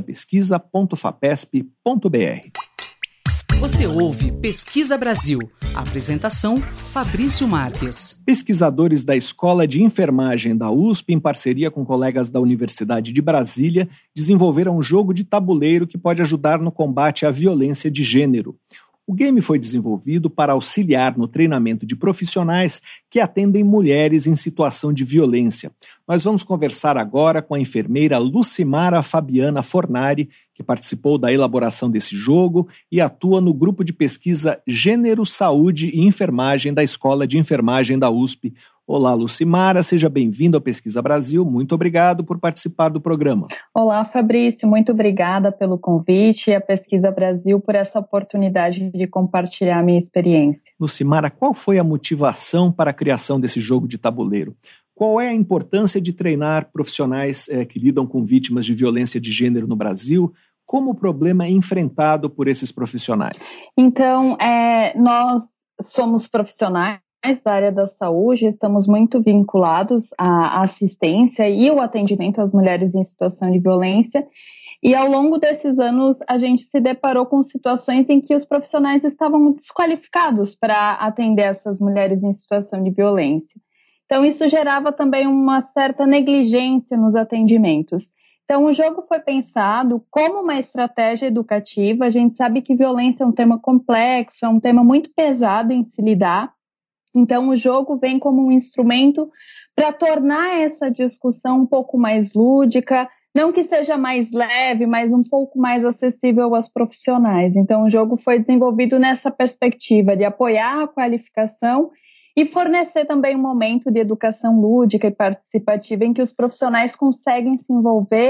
revistapesquisa.fapesp.br. Você ouve Pesquisa Brasil. Apresentação, Fabrício Marques. Pesquisadores da Escola de Enfermagem da USP, em parceria com colegas da Universidade de Brasília, desenvolveram um jogo de tabuleiro que pode ajudar no combate à violência de gênero. O game foi desenvolvido para auxiliar no treinamento de profissionais que atendem mulheres em situação de violência. Nós vamos conversar agora com a enfermeira Lucimara Fabiana Fornari, que participou da elaboração desse jogo e atua no grupo de pesquisa Gênero, Saúde e Enfermagem da Escola de Enfermagem da USP. Olá, Lucimara, seja bem-vindo ao Pesquisa Brasil. Muito obrigado por participar do programa. Olá, Fabrício. Muito obrigada pelo convite e a Pesquisa Brasil por essa oportunidade de compartilhar a minha experiência. Lucimara, qual foi a motivação para a criação desse jogo de tabuleiro? Qual é a importância de treinar profissionais que lidam com vítimas de violência de gênero no Brasil? Como o problema é enfrentado por esses profissionais? Então, nós somos profissionais da área da saúde, estamos muito vinculados à assistência e ao atendimento às mulheres em situação de violência, e ao longo desses anos a gente se deparou com situações em que os profissionais estavam desqualificados para atender essas mulheres em situação de violência. Então isso gerava também uma certa negligência nos atendimentos. Então o jogo foi pensado como uma estratégia educativa. A gente sabe que violência é um tema complexo, é um tema muito pesado em se lidar. Então, o jogo vem como um instrumento para tornar essa discussão um pouco mais lúdica, não que seja mais leve, mas um pouco mais acessível aos profissionais. Então, o jogo foi desenvolvido nessa perspectiva de apoiar a qualificação e fornecer também um momento de educação lúdica e participativa em que os profissionais conseguem se envolver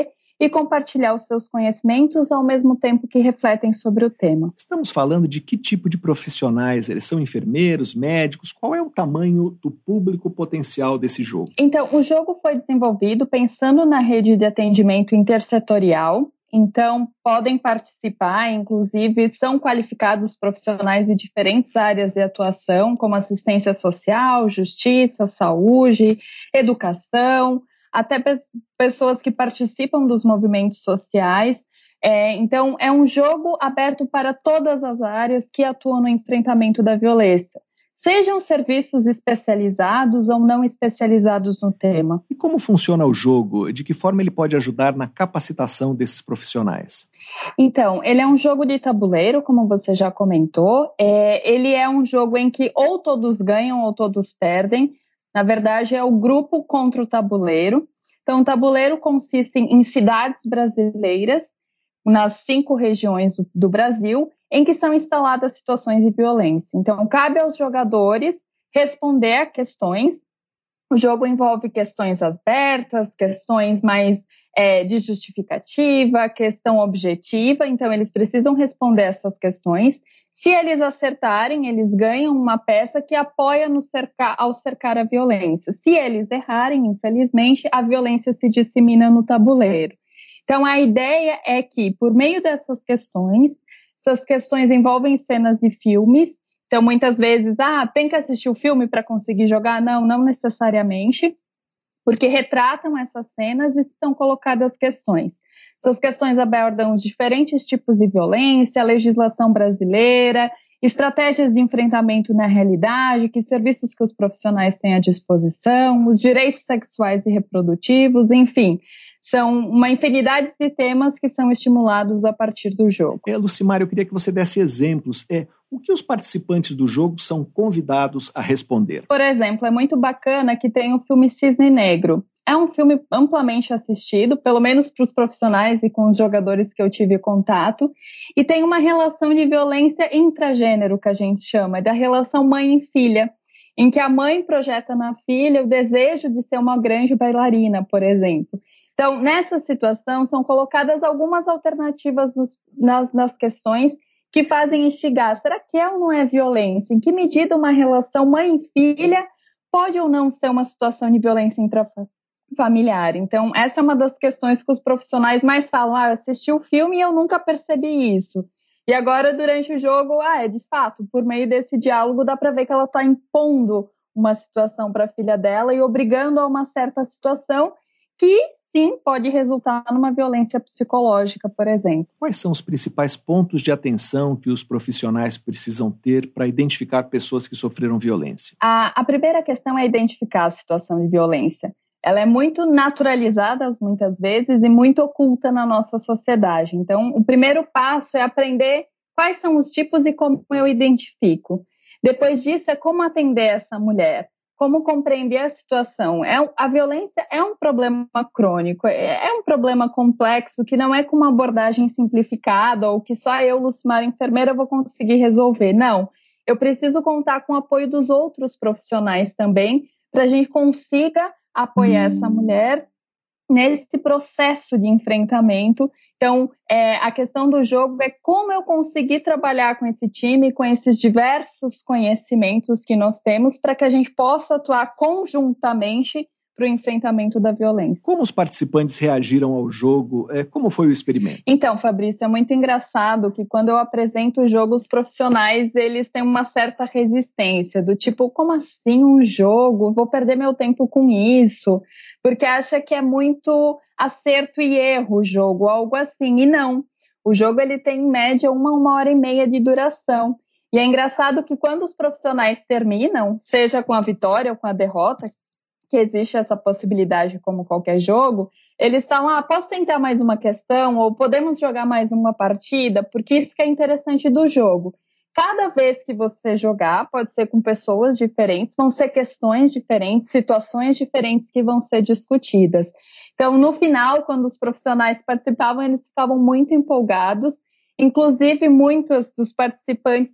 e compartilhar os seus conhecimentos ao mesmo tempo que refletem sobre o tema. Estamos falando de que tipo de profissionais? Eles são enfermeiros, médicos? Qual é o tamanho do público potencial desse jogo? Então, o jogo foi desenvolvido pensando na rede de atendimento intersetorial. Então, podem participar, inclusive, são qualificados profissionais de diferentes áreas de atuação, como assistência social, justiça, saúde, educação, até pessoas que participam dos movimentos sociais. Então, é um jogo aberto para todas as áreas que atuam no enfrentamento da violência, sejam serviços especializados ou não especializados no tema. E como funciona o jogo? De que forma ele pode ajudar na capacitação desses profissionais? Então, ele é um jogo de tabuleiro, como você já comentou. Ele é um jogo em que ou todos ganham ou todos perdem. Na verdade, é o grupo contra o tabuleiro. Então, o tabuleiro consiste em cidades brasileiras, nas 5 regiões do Brasil, em que são instaladas situações de violência. Então, cabe aos jogadores responder a questões. O jogo envolve questões abertas, questões mais de justificativa, questão objetiva. Então, eles precisam responder essas questões. Se eles acertarem, eles ganham uma peça que apoia ao cercar a violência. Se eles errarem, infelizmente, a violência se dissemina no tabuleiro. Então, a ideia é que, por meio dessas questões, essas questões envolvem cenas de filmes. Então, muitas vezes, tem que assistir o filme para conseguir jogar? Não necessariamente, porque retratam essas cenas e são colocadas questões. Essas questões abordam os diferentes tipos de violência, a legislação brasileira, estratégias de enfrentamento na realidade, que serviços que os profissionais têm à disposição, os direitos sexuais e reprodutivos, enfim. São uma infinidade de temas que são estimulados a partir do jogo. Lucimara, eu queria que você desse exemplos. O que os participantes do jogo são convidados a responder? Por exemplo, é muito bacana que tem o filme Cisne Negro. É um filme amplamente assistido, pelo menos para os profissionais e com os jogadores que eu tive contato, e tem uma relação de violência intragênero, que a gente chama, da relação mãe e filha, em que a mãe projeta na filha o desejo de ser uma grande bailarina, por exemplo. Então, nessa situação, são colocadas algumas alternativas nas questões que fazem instigar. Será que é ou não é violência? Em que medida uma relação mãe e filha pode ou não ser uma situação de violência intrafamiliar? Então, essa é uma das questões que os profissionais mais falam. Eu assisti o filme e eu nunca percebi isso. E agora, durante o jogo, de fato, por meio desse diálogo, dá para ver que ela está impondo uma situação para a filha dela e obrigando a uma certa situação que, sim, pode resultar numa violência psicológica, por exemplo. Quais são os principais pontos de atenção que os profissionais precisam ter para identificar pessoas que sofreram violência? A primeira questão é identificar a situação de violência. Ela é muito naturalizada, muitas vezes, e muito oculta na nossa sociedade. Então, o primeiro passo é aprender quais são os tipos e como eu identifico. Depois disso, é como atender essa mulher. Como compreender a situação. A violência é um problema crônico, é um problema complexo que não é com uma abordagem simplificada ou que só eu, Lucimara, enfermeira, vou conseguir resolver. Não, eu preciso contar com o apoio dos outros profissionais também para a gente consiga apoiar essa mulher nesse processo de enfrentamento. Então, a questão do jogo é como eu conseguir trabalhar com esse time, com esses diversos conhecimentos que nós temos, para que a gente possa atuar conjuntamente para o enfrentamento da violência. Como os participantes reagiram ao jogo? Como foi o experimento? Então, Fabrício, é muito engraçado que quando eu apresento o jogo, os profissionais eles têm uma certa resistência, do tipo, como assim um jogo? Vou perder meu tempo com isso? Porque acha que é muito acerto e erro o jogo, algo assim. E não, o jogo ele tem em média 1h30 de duração. E é engraçado que quando os profissionais terminam, seja com a vitória ou com a derrota, que existe essa possibilidade como qualquer jogo, eles falam, posso tentar mais uma questão ou podemos jogar mais uma partida? Porque isso que é interessante do jogo. Cada vez que você jogar, pode ser com pessoas diferentes, vão ser questões diferentes, situações diferentes que vão ser discutidas. Então, no final, quando os profissionais participavam, eles ficavam muito empolgados. Inclusive, muitos dos participantes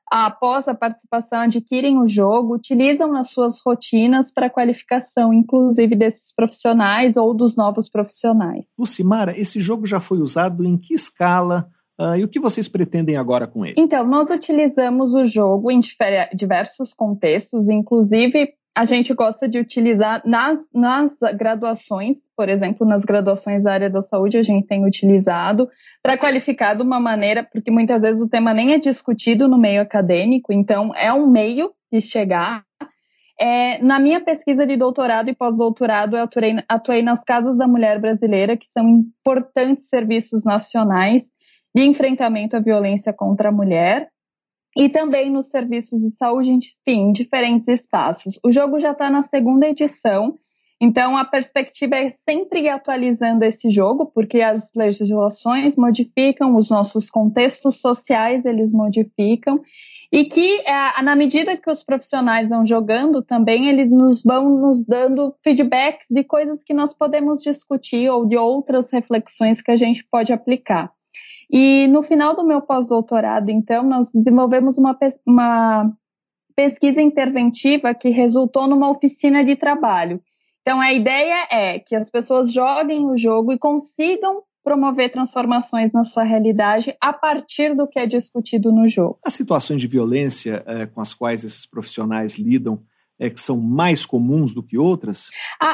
após a participação, adquirem o jogo, utilizam nas suas rotinas para qualificação, inclusive desses profissionais ou dos novos profissionais. Lucimara, esse jogo já foi usado em que escala? E o que vocês pretendem agora com ele? Então, nós utilizamos o jogo em diversos contextos, inclusive a gente gosta de utilizar nas graduações, por exemplo, nas graduações da área da saúde, a gente tem utilizado para qualificar de uma maneira, porque muitas vezes o tema nem é discutido no meio acadêmico, então é um meio de chegar. Na minha pesquisa de doutorado e pós-doutorado, eu atuei nas Casas da Mulher Brasileira, que são importantes serviços nacionais de enfrentamento à violência contra a mulher, e também nos serviços de saúde, enfim, em diferentes espaços. O jogo já está na 2ª edição, então a perspectiva é sempre ir atualizando esse jogo, porque as legislações modificam, os nossos contextos sociais eles modificam, e que na medida que os profissionais vão jogando também, eles vão nos dando feedbacks de coisas que nós podemos discutir ou de outras reflexões que a gente pode aplicar. E no final do meu pós-doutorado, então, nós desenvolvemos uma pesquisa interventiva que resultou numa oficina de trabalho. Então, a ideia é que as pessoas joguem o jogo e consigam promover transformações na sua realidade a partir do que é discutido no jogo. As situações de violência com as quais esses profissionais lidam, que são mais comuns do que outras?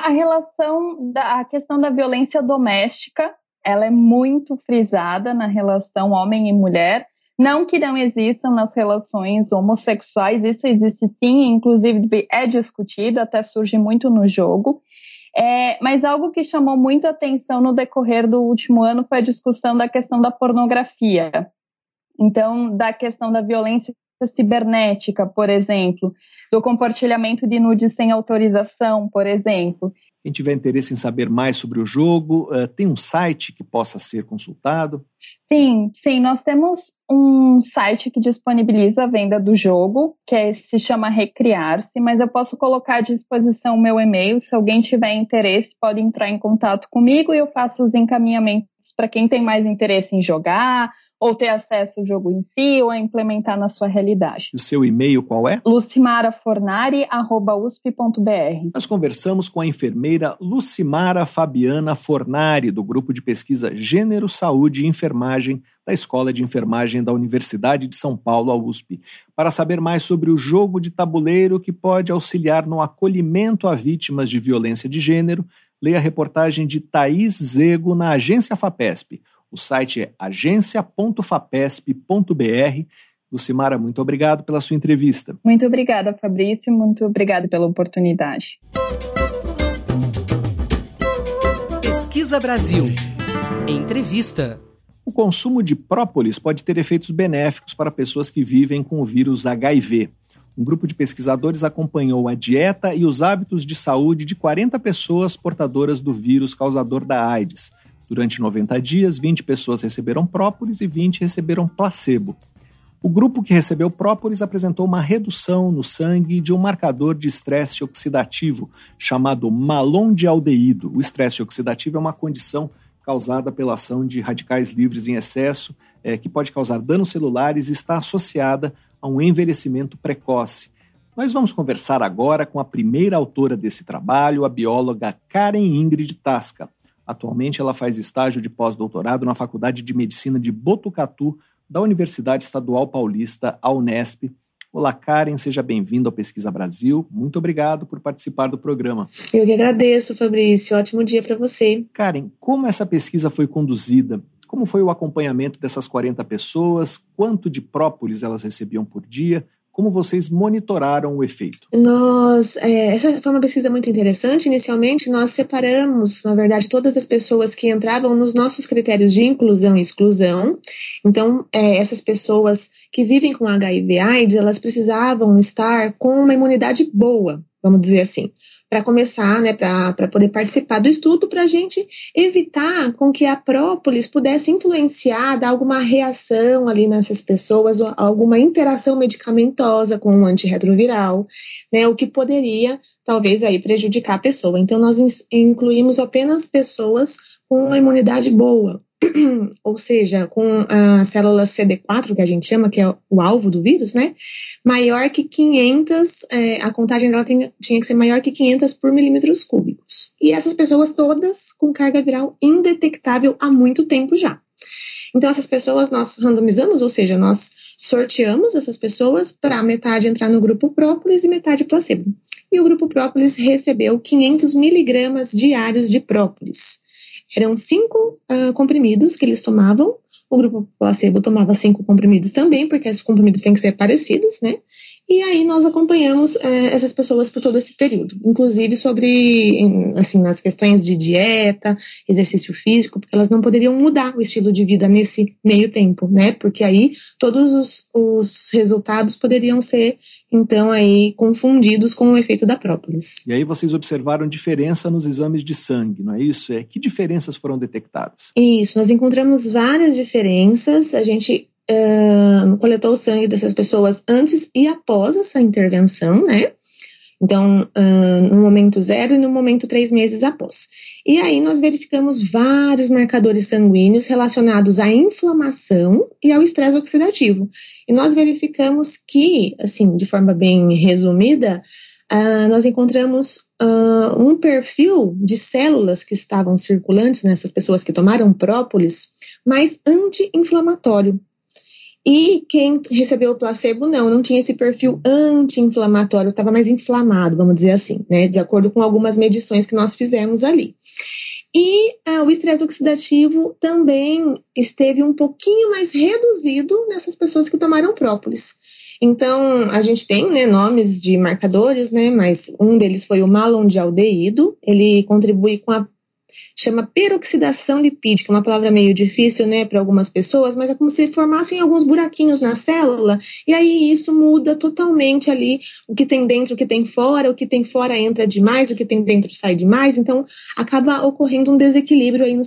A questão da violência doméstica, ela é muito frisada na relação homem e mulher, não que não existam nas relações homossexuais, isso existe sim, inclusive é discutido, até surge muito no jogo, mas algo que chamou muito atenção no decorrer do último ano foi a discussão da questão da pornografia, então da questão da violência cibernética, por exemplo, do compartilhamento de nudes sem autorização, por exemplo. Quem tiver interesse em saber mais sobre o jogo, tem um site que possa ser consultado? Sim, nós temos um site que disponibiliza a venda do jogo, se chama Recriar-se, mas eu posso colocar à disposição o meu e-mail, se alguém tiver interesse pode entrar em contato comigo e eu faço os encaminhamentos para quem tem mais interesse em jogar, ou ter acesso ao jogo em si, ou a implementar na sua realidade. E o seu e-mail qual é? lucimarafornari@usp.br. Nós conversamos com a enfermeira Lucimara Fabiana Fornari, do Grupo de Pesquisa Gênero, Saúde e Enfermagem da Escola de Enfermagem da Universidade de São Paulo, a USP, para saber mais sobre o jogo de tabuleiro que pode auxiliar no acolhimento a vítimas de violência de gênero. Leia a reportagem de Thaís Zego na Agência FAPESP. O site é agencia.fapesp.br. Lucimara, muito obrigado pela sua entrevista. Muito obrigada, Fabrício. Muito obrigada pela oportunidade. Pesquisa Brasil. Entrevista. O consumo de própolis pode ter efeitos benéficos para pessoas que vivem com o vírus HIV. Um grupo de pesquisadores acompanhou a dieta e os hábitos de saúde de 40 pessoas portadoras do vírus causador da AIDS. Durante 90 dias, 20 pessoas receberam própolis e 20 receberam placebo. O grupo que recebeu própolis apresentou uma redução no sangue de um marcador de estresse oxidativo, chamado malondialdeído. O estresse oxidativo é uma condição causada pela ação de radicais livres em excesso, que pode causar danos celulares e está associada a um envelhecimento precoce. Nós vamos conversar agora com a primeira autora desse trabalho, a bióloga Karen Ingrid Tasca. Atualmente, ela faz estágio de pós-doutorado na Faculdade de Medicina de Botucatu, da Universidade Estadual Paulista, a Unesp. Olá, Karen, seja bem-vinda ao Pesquisa Brasil. Muito obrigado por participar do programa. Eu que agradeço, Fabrício. Ótimo dia para você. Karen, como essa pesquisa foi conduzida? Como foi o acompanhamento dessas 40 pessoas? Quanto de própolis elas recebiam por dia? Como vocês monitoraram o efeito? Essa foi uma pesquisa muito interessante. Inicialmente, nós separamos, na verdade, todas as pessoas que entravam nos nossos critérios de inclusão e exclusão. Então, essas pessoas que vivem com HIV/AIDS, elas precisavam estar com uma imunidade boa, vamos dizer assim, para começar, para poder participar do estudo, para a gente evitar com que a própolis pudesse influenciar, dar alguma reação ali nessas pessoas, ou alguma interação medicamentosa com um antirretroviral, o que poderia, talvez, aí prejudicar a pessoa. Então, nós incluímos apenas pessoas com uma imunidade boa. ou seja, com a célula CD4, que a gente chama, que é o alvo do vírus, né, maior que 500, a contagem dela tinha que ser maior que 500 por milímetros cúbicos. E essas pessoas todas com carga viral indetectável há muito tempo já. Então, essas pessoas nós randomizamos, ou seja, nós sorteamos essas pessoas para metade entrar no grupo própolis e metade placebo. E o grupo própolis recebeu 500 miligramas diários de própolis. Eram 5 comprimidos que eles tomavam. O grupo placebo tomava 5 comprimidos também, porque esses comprimidos têm que ser parecidos, né? E aí nós acompanhamos essas pessoas por todo esse período, inclusive sobre, assim, nas questões de dieta, exercício físico, porque elas não poderiam mudar o estilo de vida nesse meio tempo, né? Porque aí todos os resultados poderiam ser, então, aí confundidos com o efeito da própolis. E aí vocês observaram diferença nos exames de sangue, não é isso? Que diferenças foram detectadas? Isso, nós encontramos várias diferenças. A gente coletou o sangue dessas pessoas antes e após essa intervenção, né? Então, no momento 0 e no momento 3 meses após. E aí nós verificamos vários marcadores sanguíneos relacionados à inflamação e ao estresse oxidativo. E nós verificamos que, assim, de forma bem resumida, nós encontramos um perfil de células que estavam circulantes nessas pessoas que tomaram própolis, mais anti-inflamatório. E quem recebeu o placebo, não tinha esse perfil anti-inflamatório, estava mais inflamado, vamos dizer assim, né? De acordo com algumas medições que nós fizemos ali. E o estresse oxidativo também esteve um pouquinho mais reduzido nessas pessoas que tomaram própolis. Então, a gente tem, né, nomes de marcadores, né? Mas um deles foi o malondialdeído, ele contribui com chama peroxidação lipídica, uma palavra meio difícil, né, para algumas pessoas, mas é como se formassem alguns buraquinhos na célula, e aí isso muda totalmente ali o que tem dentro, o que tem fora, o que tem fora entra demais, o que tem dentro sai demais, então acaba ocorrendo um desequilíbrio aí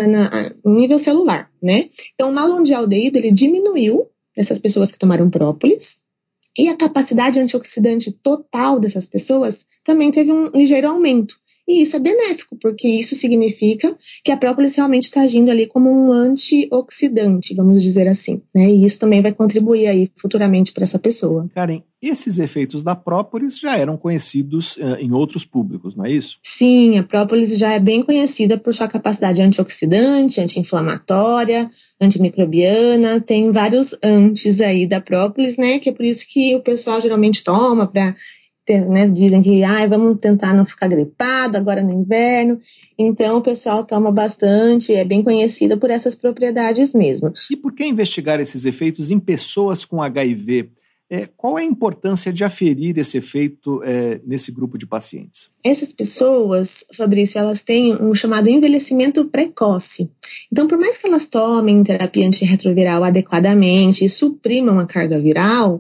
no nível celular, né? Então o malondialdeído, ele diminuiu essas pessoas que tomaram própolis, e a capacidade antioxidante total dessas pessoas também teve um ligeiro aumento. E isso é benéfico, porque isso significa que a própolis realmente está agindo ali como um antioxidante, vamos dizer assim, né? E isso também vai contribuir aí futuramente para essa pessoa. Karen, esses efeitos da própolis já eram conhecidos em outros públicos, não é isso? Sim, a própolis já é bem conhecida por sua capacidade antioxidante, anti-inflamatória, antimicrobiana, tem vários antes aí da própolis, né? Que é por isso que o pessoal geralmente toma para... Né, dizem que vamos tentar não ficar gripado agora no inverno, então o pessoal toma bastante, é bem conhecida por essas propriedades mesmo. E por que investigar esses efeitos em pessoas com HIV? Qual é a importância de aferir esse efeito nesse grupo de pacientes? Essas pessoas, Fabrício, elas têm um chamado envelhecimento precoce. Então, por mais que elas tomem terapia antirretroviral adequadamente e suprimam a carga viral,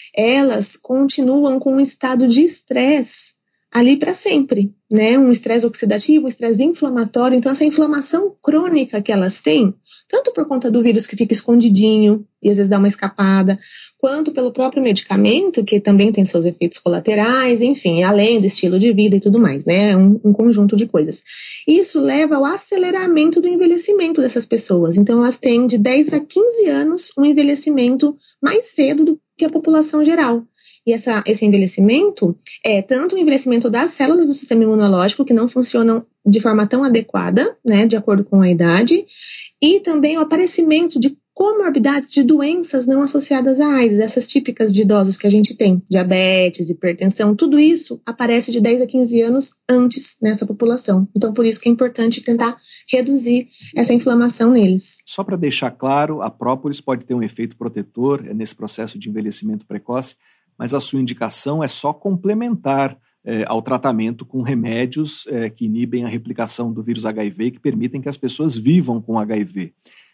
elas continuam com um estado de estresse ali para sempre, né? Um estresse oxidativo, um estresse inflamatório. Então, essa inflamação crônica que elas têm, tanto por conta do vírus que fica escondidinho e às vezes dá uma escapada, quanto pelo próprio medicamento, que também tem seus efeitos colaterais, enfim, além do estilo de vida e tudo mais, né? Um conjunto de coisas. Isso leva ao aceleramento do envelhecimento dessas pessoas. Então, elas têm de 10 a 15 anos um envelhecimento mais cedo do que a população geral. E esse envelhecimento é tanto o envelhecimento das células do sistema imunológico que não funcionam de forma tão adequada, né, de acordo com a idade, e também o aparecimento de comorbidades de doenças não associadas à AIDS, essas típicas de idosos que a gente tem, diabetes, hipertensão, tudo isso aparece de 10 a 15 anos antes nessa população. Então, por isso que é importante tentar reduzir essa inflamação neles. Só para deixar claro, a própolis pode ter um efeito protetor nesse processo de envelhecimento precoce, mas a sua indicação é só complementar ao tratamento com remédios que inibem a replicação do vírus HIV e que permitem que as pessoas vivam com HIV.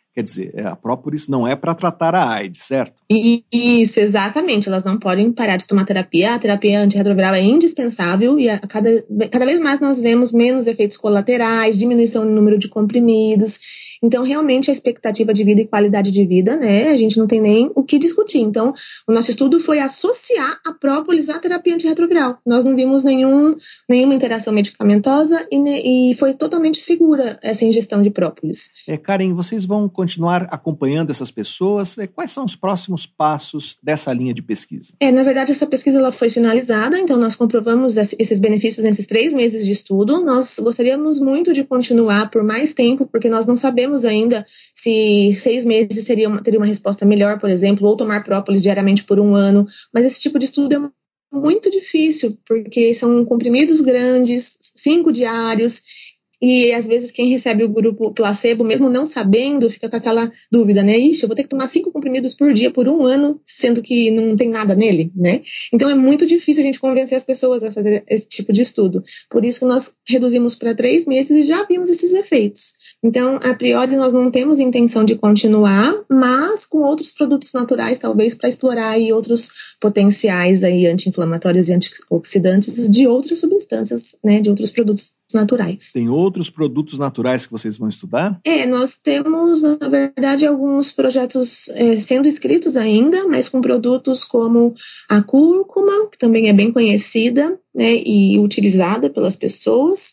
Quer dizer, a própolis não é para tratar a AIDS, certo? Isso, exatamente. Elas não podem parar de tomar terapia. A terapia antirretroviral é indispensável e cada vez mais nós vemos menos efeitos colaterais, diminuição no número de comprimidos. Então, realmente, a expectativa de vida e qualidade de vida, né, a gente não tem nem o que discutir. Então, o nosso estudo foi associar a própolis à terapia antirretroviral. Nós não vimos nenhuma interação medicamentosa e foi totalmente segura essa ingestão de própolis. Karen, vocês vão continuar acompanhando essas pessoas? Quais são os próximos passos dessa linha de pesquisa? Na verdade, essa pesquisa ela foi finalizada, então nós comprovamos esses benefícios nesses 3 meses de estudo. Nós gostaríamos muito de continuar por mais tempo, porque nós não sabemos ainda se 6 meses teria uma resposta melhor, por exemplo, ou tomar própolis diariamente por 1 ano, mas esse tipo de estudo é muito difícil, porque são comprimidos grandes, 5 diários, e às vezes quem recebe o grupo placebo, mesmo não sabendo, fica com aquela dúvida, né? Ixi, eu vou ter que tomar 5 comprimidos por dia por 1 ano, sendo que não tem nada nele, né? Então é muito difícil a gente convencer as pessoas a fazer esse tipo de estudo. Por isso que nós reduzimos para 3 meses e já vimos esses efeitos. Então, a priori, nós não temos intenção de continuar, mas com outros produtos naturais, talvez, para explorar aí outros potenciais aí anti-inflamatórios e antioxidantes de outras substâncias, né? De outros produtos naturais. Tem outros produtos naturais que vocês vão estudar? Nós temos, na verdade, alguns projetos sendo escritos ainda, mas com produtos como a cúrcuma, que também é bem conhecida, né, e utilizada pelas pessoas,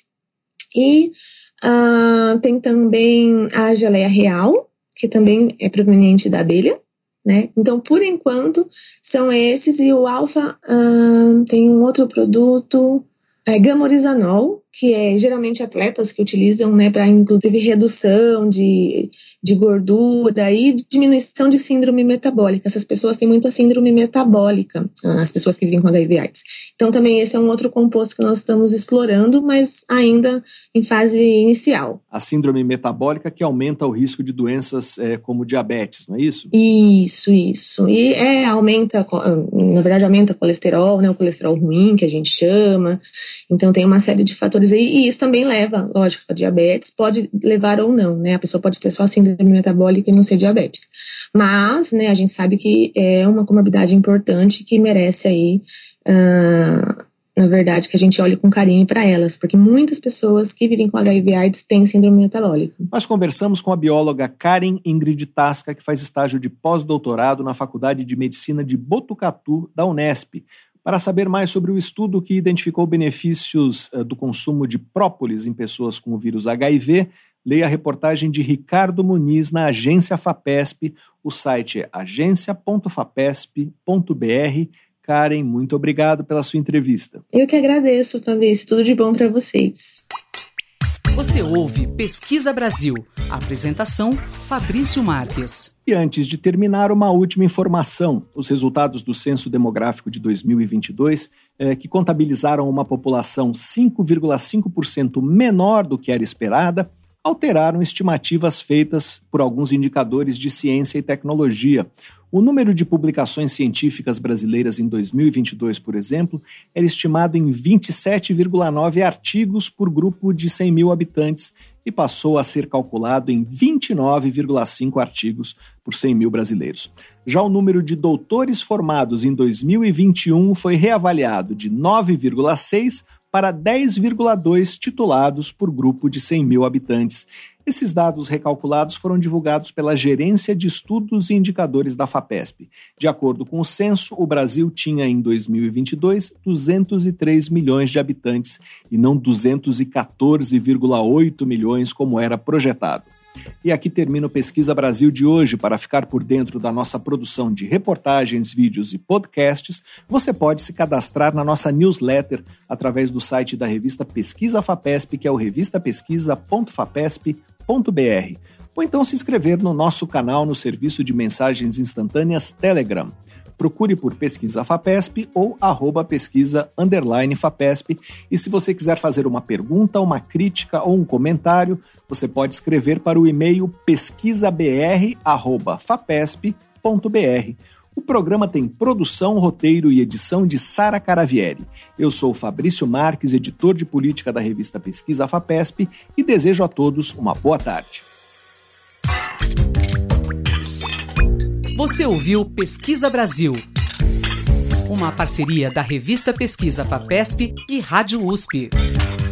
e tem também a geleia real, que também é proveniente da abelha, né? Então, por enquanto, são esses, e o alfa tem um outro produto, gamorizanol, que é geralmente atletas que utilizam, né, para inclusive redução de gordura e diminuição de síndrome metabólica. Essas pessoas têm muita síndrome metabólica, as pessoas que vivem com HIV/AIDS. Então também esse é um outro composto que nós estamos explorando, mas ainda em fase inicial. A síndrome metabólica que aumenta o risco de doenças como diabetes, não é isso? Isso. E aumenta o colesterol, né, o colesterol ruim, que a gente chama. Então tem uma série de fatores aí, e isso também leva, lógico, a diabetes, pode levar ou não, né? A pessoa pode ter só síndrome metabólica e não ser diabética. Mas, né, a gente sabe que é uma comorbidade importante que merece aí, na verdade, que a gente olhe com carinho para elas, porque muitas pessoas que vivem com HIV/AIDS têm síndrome metabólica. Nós conversamos com a bióloga Karen Ingrid Tasca, que faz estágio de pós-doutorado na Faculdade de Medicina de Botucatu, da Unesp, para saber mais sobre o estudo que identificou benefícios do consumo de própolis em pessoas com o vírus HIV, leia a reportagem de Ricardo Muniz na Agência FAPESP. O site é agencia.fapesp.br. Karen, muito obrigado pela sua entrevista. Eu que agradeço, Fabrício. Tudo de bom para vocês. Você ouve Pesquisa Brasil. Apresentação, Fabrício Marques. E antes de terminar, uma última informação. Os resultados do Censo Demográfico de 2022, que contabilizaram uma população 5,5% menor do que era esperada, alteraram estimativas feitas por alguns indicadores de ciência e tecnologia. O número de publicações científicas brasileiras em 2022, por exemplo, era estimado em 27,9 artigos por grupo de 100 mil habitantes e passou a ser calculado em 29,5 artigos por 100 mil brasileiros. Já o número de doutores formados em 2021 foi reavaliado de 9,6 para 10,2 titulados por grupo de 100 mil habitantes. Esses dados recalculados foram divulgados pela Gerência de Estudos e Indicadores da FAPESP. De acordo com o censo, o Brasil tinha em 2022 203 milhões de habitantes e não 214,8 milhões como era projetado. E aqui termina o Pesquisa Brasil de hoje. Para ficar por dentro da nossa produção de reportagens, vídeos e podcasts, você pode se cadastrar na nossa newsletter através do site da revista Pesquisa FAPESP, que é o revistapesquisa.fapesp.br. Ou então se inscrever no nosso canal no serviço de mensagens instantâneas Telegram. Procure por Pesquisa FAPESP ou @pesquisa_FAPESP. E se você quiser fazer uma pergunta, uma crítica ou um comentário, você pode escrever para o e-mail pesquisabr@fapesp.br. O programa tem produção, roteiro e edição de Sara Caravieri. Eu sou Fabrício Marques, editor de política da revista Pesquisa FAPESP, e desejo a todos uma boa tarde. Você ouviu Pesquisa Brasil, uma parceria da revista Pesquisa FAPESP e Rádio USP.